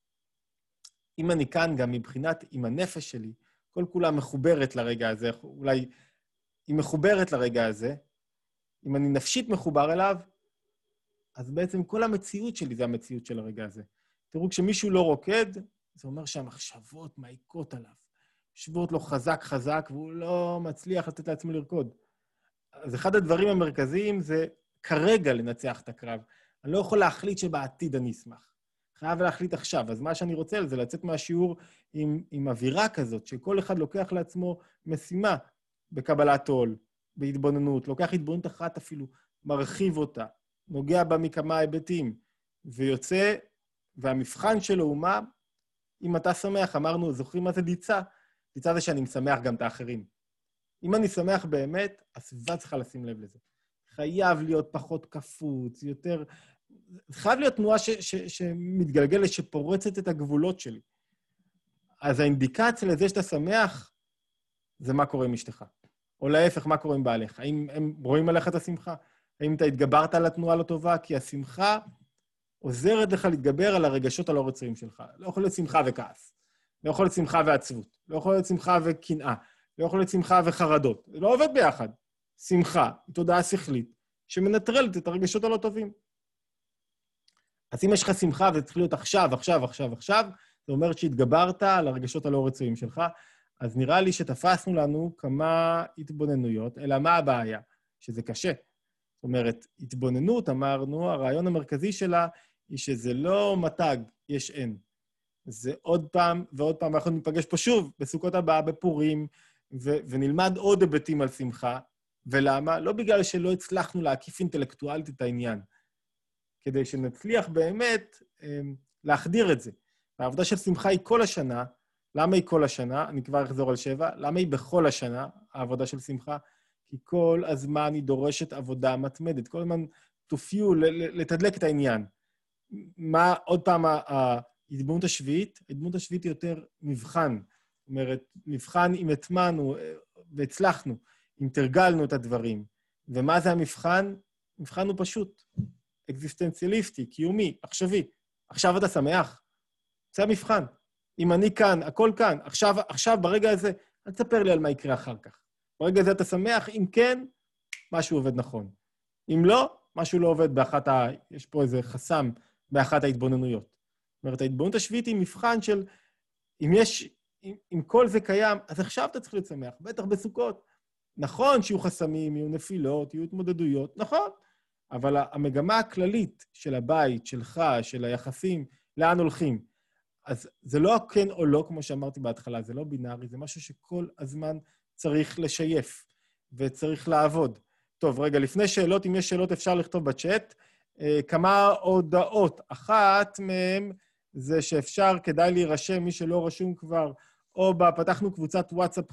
אם אני כאן גם מבחינת עם הנפש שלי, כל כולה מחוברת לרגע הזה, אולי היא מחוברת לרגע הזה, אם אני נפשית מחובר אליו, אז בעצם כל המציאות שלי זה המציאות של הרגע הזה. תראו, כשמישהו לא רוקד, זה אומר שהמחשבות מעיקות עליו. יושבות לו חזק חזק, והוא לא מצליח לתת לעצמו לרקוד. אז אחד הדברים המרכזיים זה כרגע לנצח את הקרב. אני לא יכול להחליט שבעתיד אני אשמח. חייב להחליט עכשיו. אז מה שאני רוצה זה לצאת מהשיעור עם, עם אווירה כזאת, שכל אחד לוקח לעצמו משימה בקבלת עול, בהתבוננות, לוקח התבוננות אחת אפילו, מרחיב אותה, נוגע בה מכמה היבטים, ויוצא, והמבחן שלו הוא מה? אם אתה שמח, אמרנו, זוכרים מה זה דיצה? דיצה זה שאני משמח גם את האחרים. אם אני שמח באמת, הסביבה צריכה לשים לב לזה. חייב להיות פחות קפוץ, יותר... חייב להיות תנועה ש- ש- שמתגלגלת, שפורצת את הגבולות שלי. אז האינדיקציה לזה שאתה שמח, זה מה קורה עם אשתך. או להפך, מה קורה עם בעליך. האם הם רואים עליך את השמחה? האם אתה התגברת על התנועה לא טובה? כי השמחה עוזרת לך להתגבר על הרגשות הלא רצויים שלך. לא יכול להיות שמחה וכעס. לא יכול להיות שמחה ועצבות. לא יכול להיות שמחה וקנאה. לא יכול להיות שמחה וחרדות. זה לא עובד ביחד. שמחה, תודעה שכלית, שמנטרלת את הרגשות הלא טובים. אז אם יש לך שמחה וזה צריך להיות עכשיו, עכשיו, עכשיו, עכשיו, זה אומר שהתגברת על הרגשות הלא רצויים שלך, אז נראה לי שתפסנו לנו כמה התבוננויות, אלא מה הבעיה? שזה קשה. זאת אומרת, התבוננות, אמרנו, הרעיון המרכזי שלה היא שזה לא מתג, יש אין. זה עוד פעם ועוד פעם, אנחנו ניפגש פה שוב, בסוכות הבאה, בפורים, ו- ונלמד עוד היבטים על שמחה. ולמה? לא בגלל שלא הצלחנו להקיף אינטלקטואלית את העניין, כדי שנצליח באמת להחדיר את זה. העבודה של שמחה היא כל השנה. למה היא כל השנה? אני כבר אחזור על שבע. למה היא בכל השנה, העבודה של שמחה? כי כל הזמן היא דורשת עבודה מתמדת, כל הזמן תופיעו לתדלק את העניין. מה עוד פעם ההתבוננות השביעית? ההתבוננות השביעית היא יותר מבחן. זאת אומרת, מבחן אם הטמענו והצלחנו, אם תרגלנו את הדברים. ומה זה המבחן? מבחן הוא פשוט, אקזיסטנציאליסטי, קיומי, עכשווי. עכשיו אתה שמח? זה המבחן. אם אני כאן, הכל כאן, עכשיו, עכשיו ברגע הזה, אל תספר לי על מה יקרה אחר כך. ברגע הזה אתה שמח, אם כן, משהו עובד נכון. אם לא, משהו לא עובד באחת ה... יש פה איזה חסם באחת ההתבוננויות. זאת אומרת, ההתבוננות השביעית היא מבחן של, אם יש, אם, אם כל זה קיים, אז עכשיו אתה צריך לשמח, בטח בסוכות. נכון שיהיו חסמים, יהיו נפילות, יהיו התמודדויות, נכון. אבל המגמה הכללית של הבית, שלך, של היחסים, לאן הולכים? אז זה לא כן או לא, כמו שאמרתי בהתחלה, זה לא בינארי, זה משהו שכל הזמן צריך לשייף וצריך לעבוד. טוב, רגע, לפני שאלות, אם יש שאלות אפשר לכתוב בצ'אט. כמה הודעות. אחת מהן זה שאפשר, כדאי להירשם, מי שלא רשום כבר, או פתחנו קבוצת וואטסאפ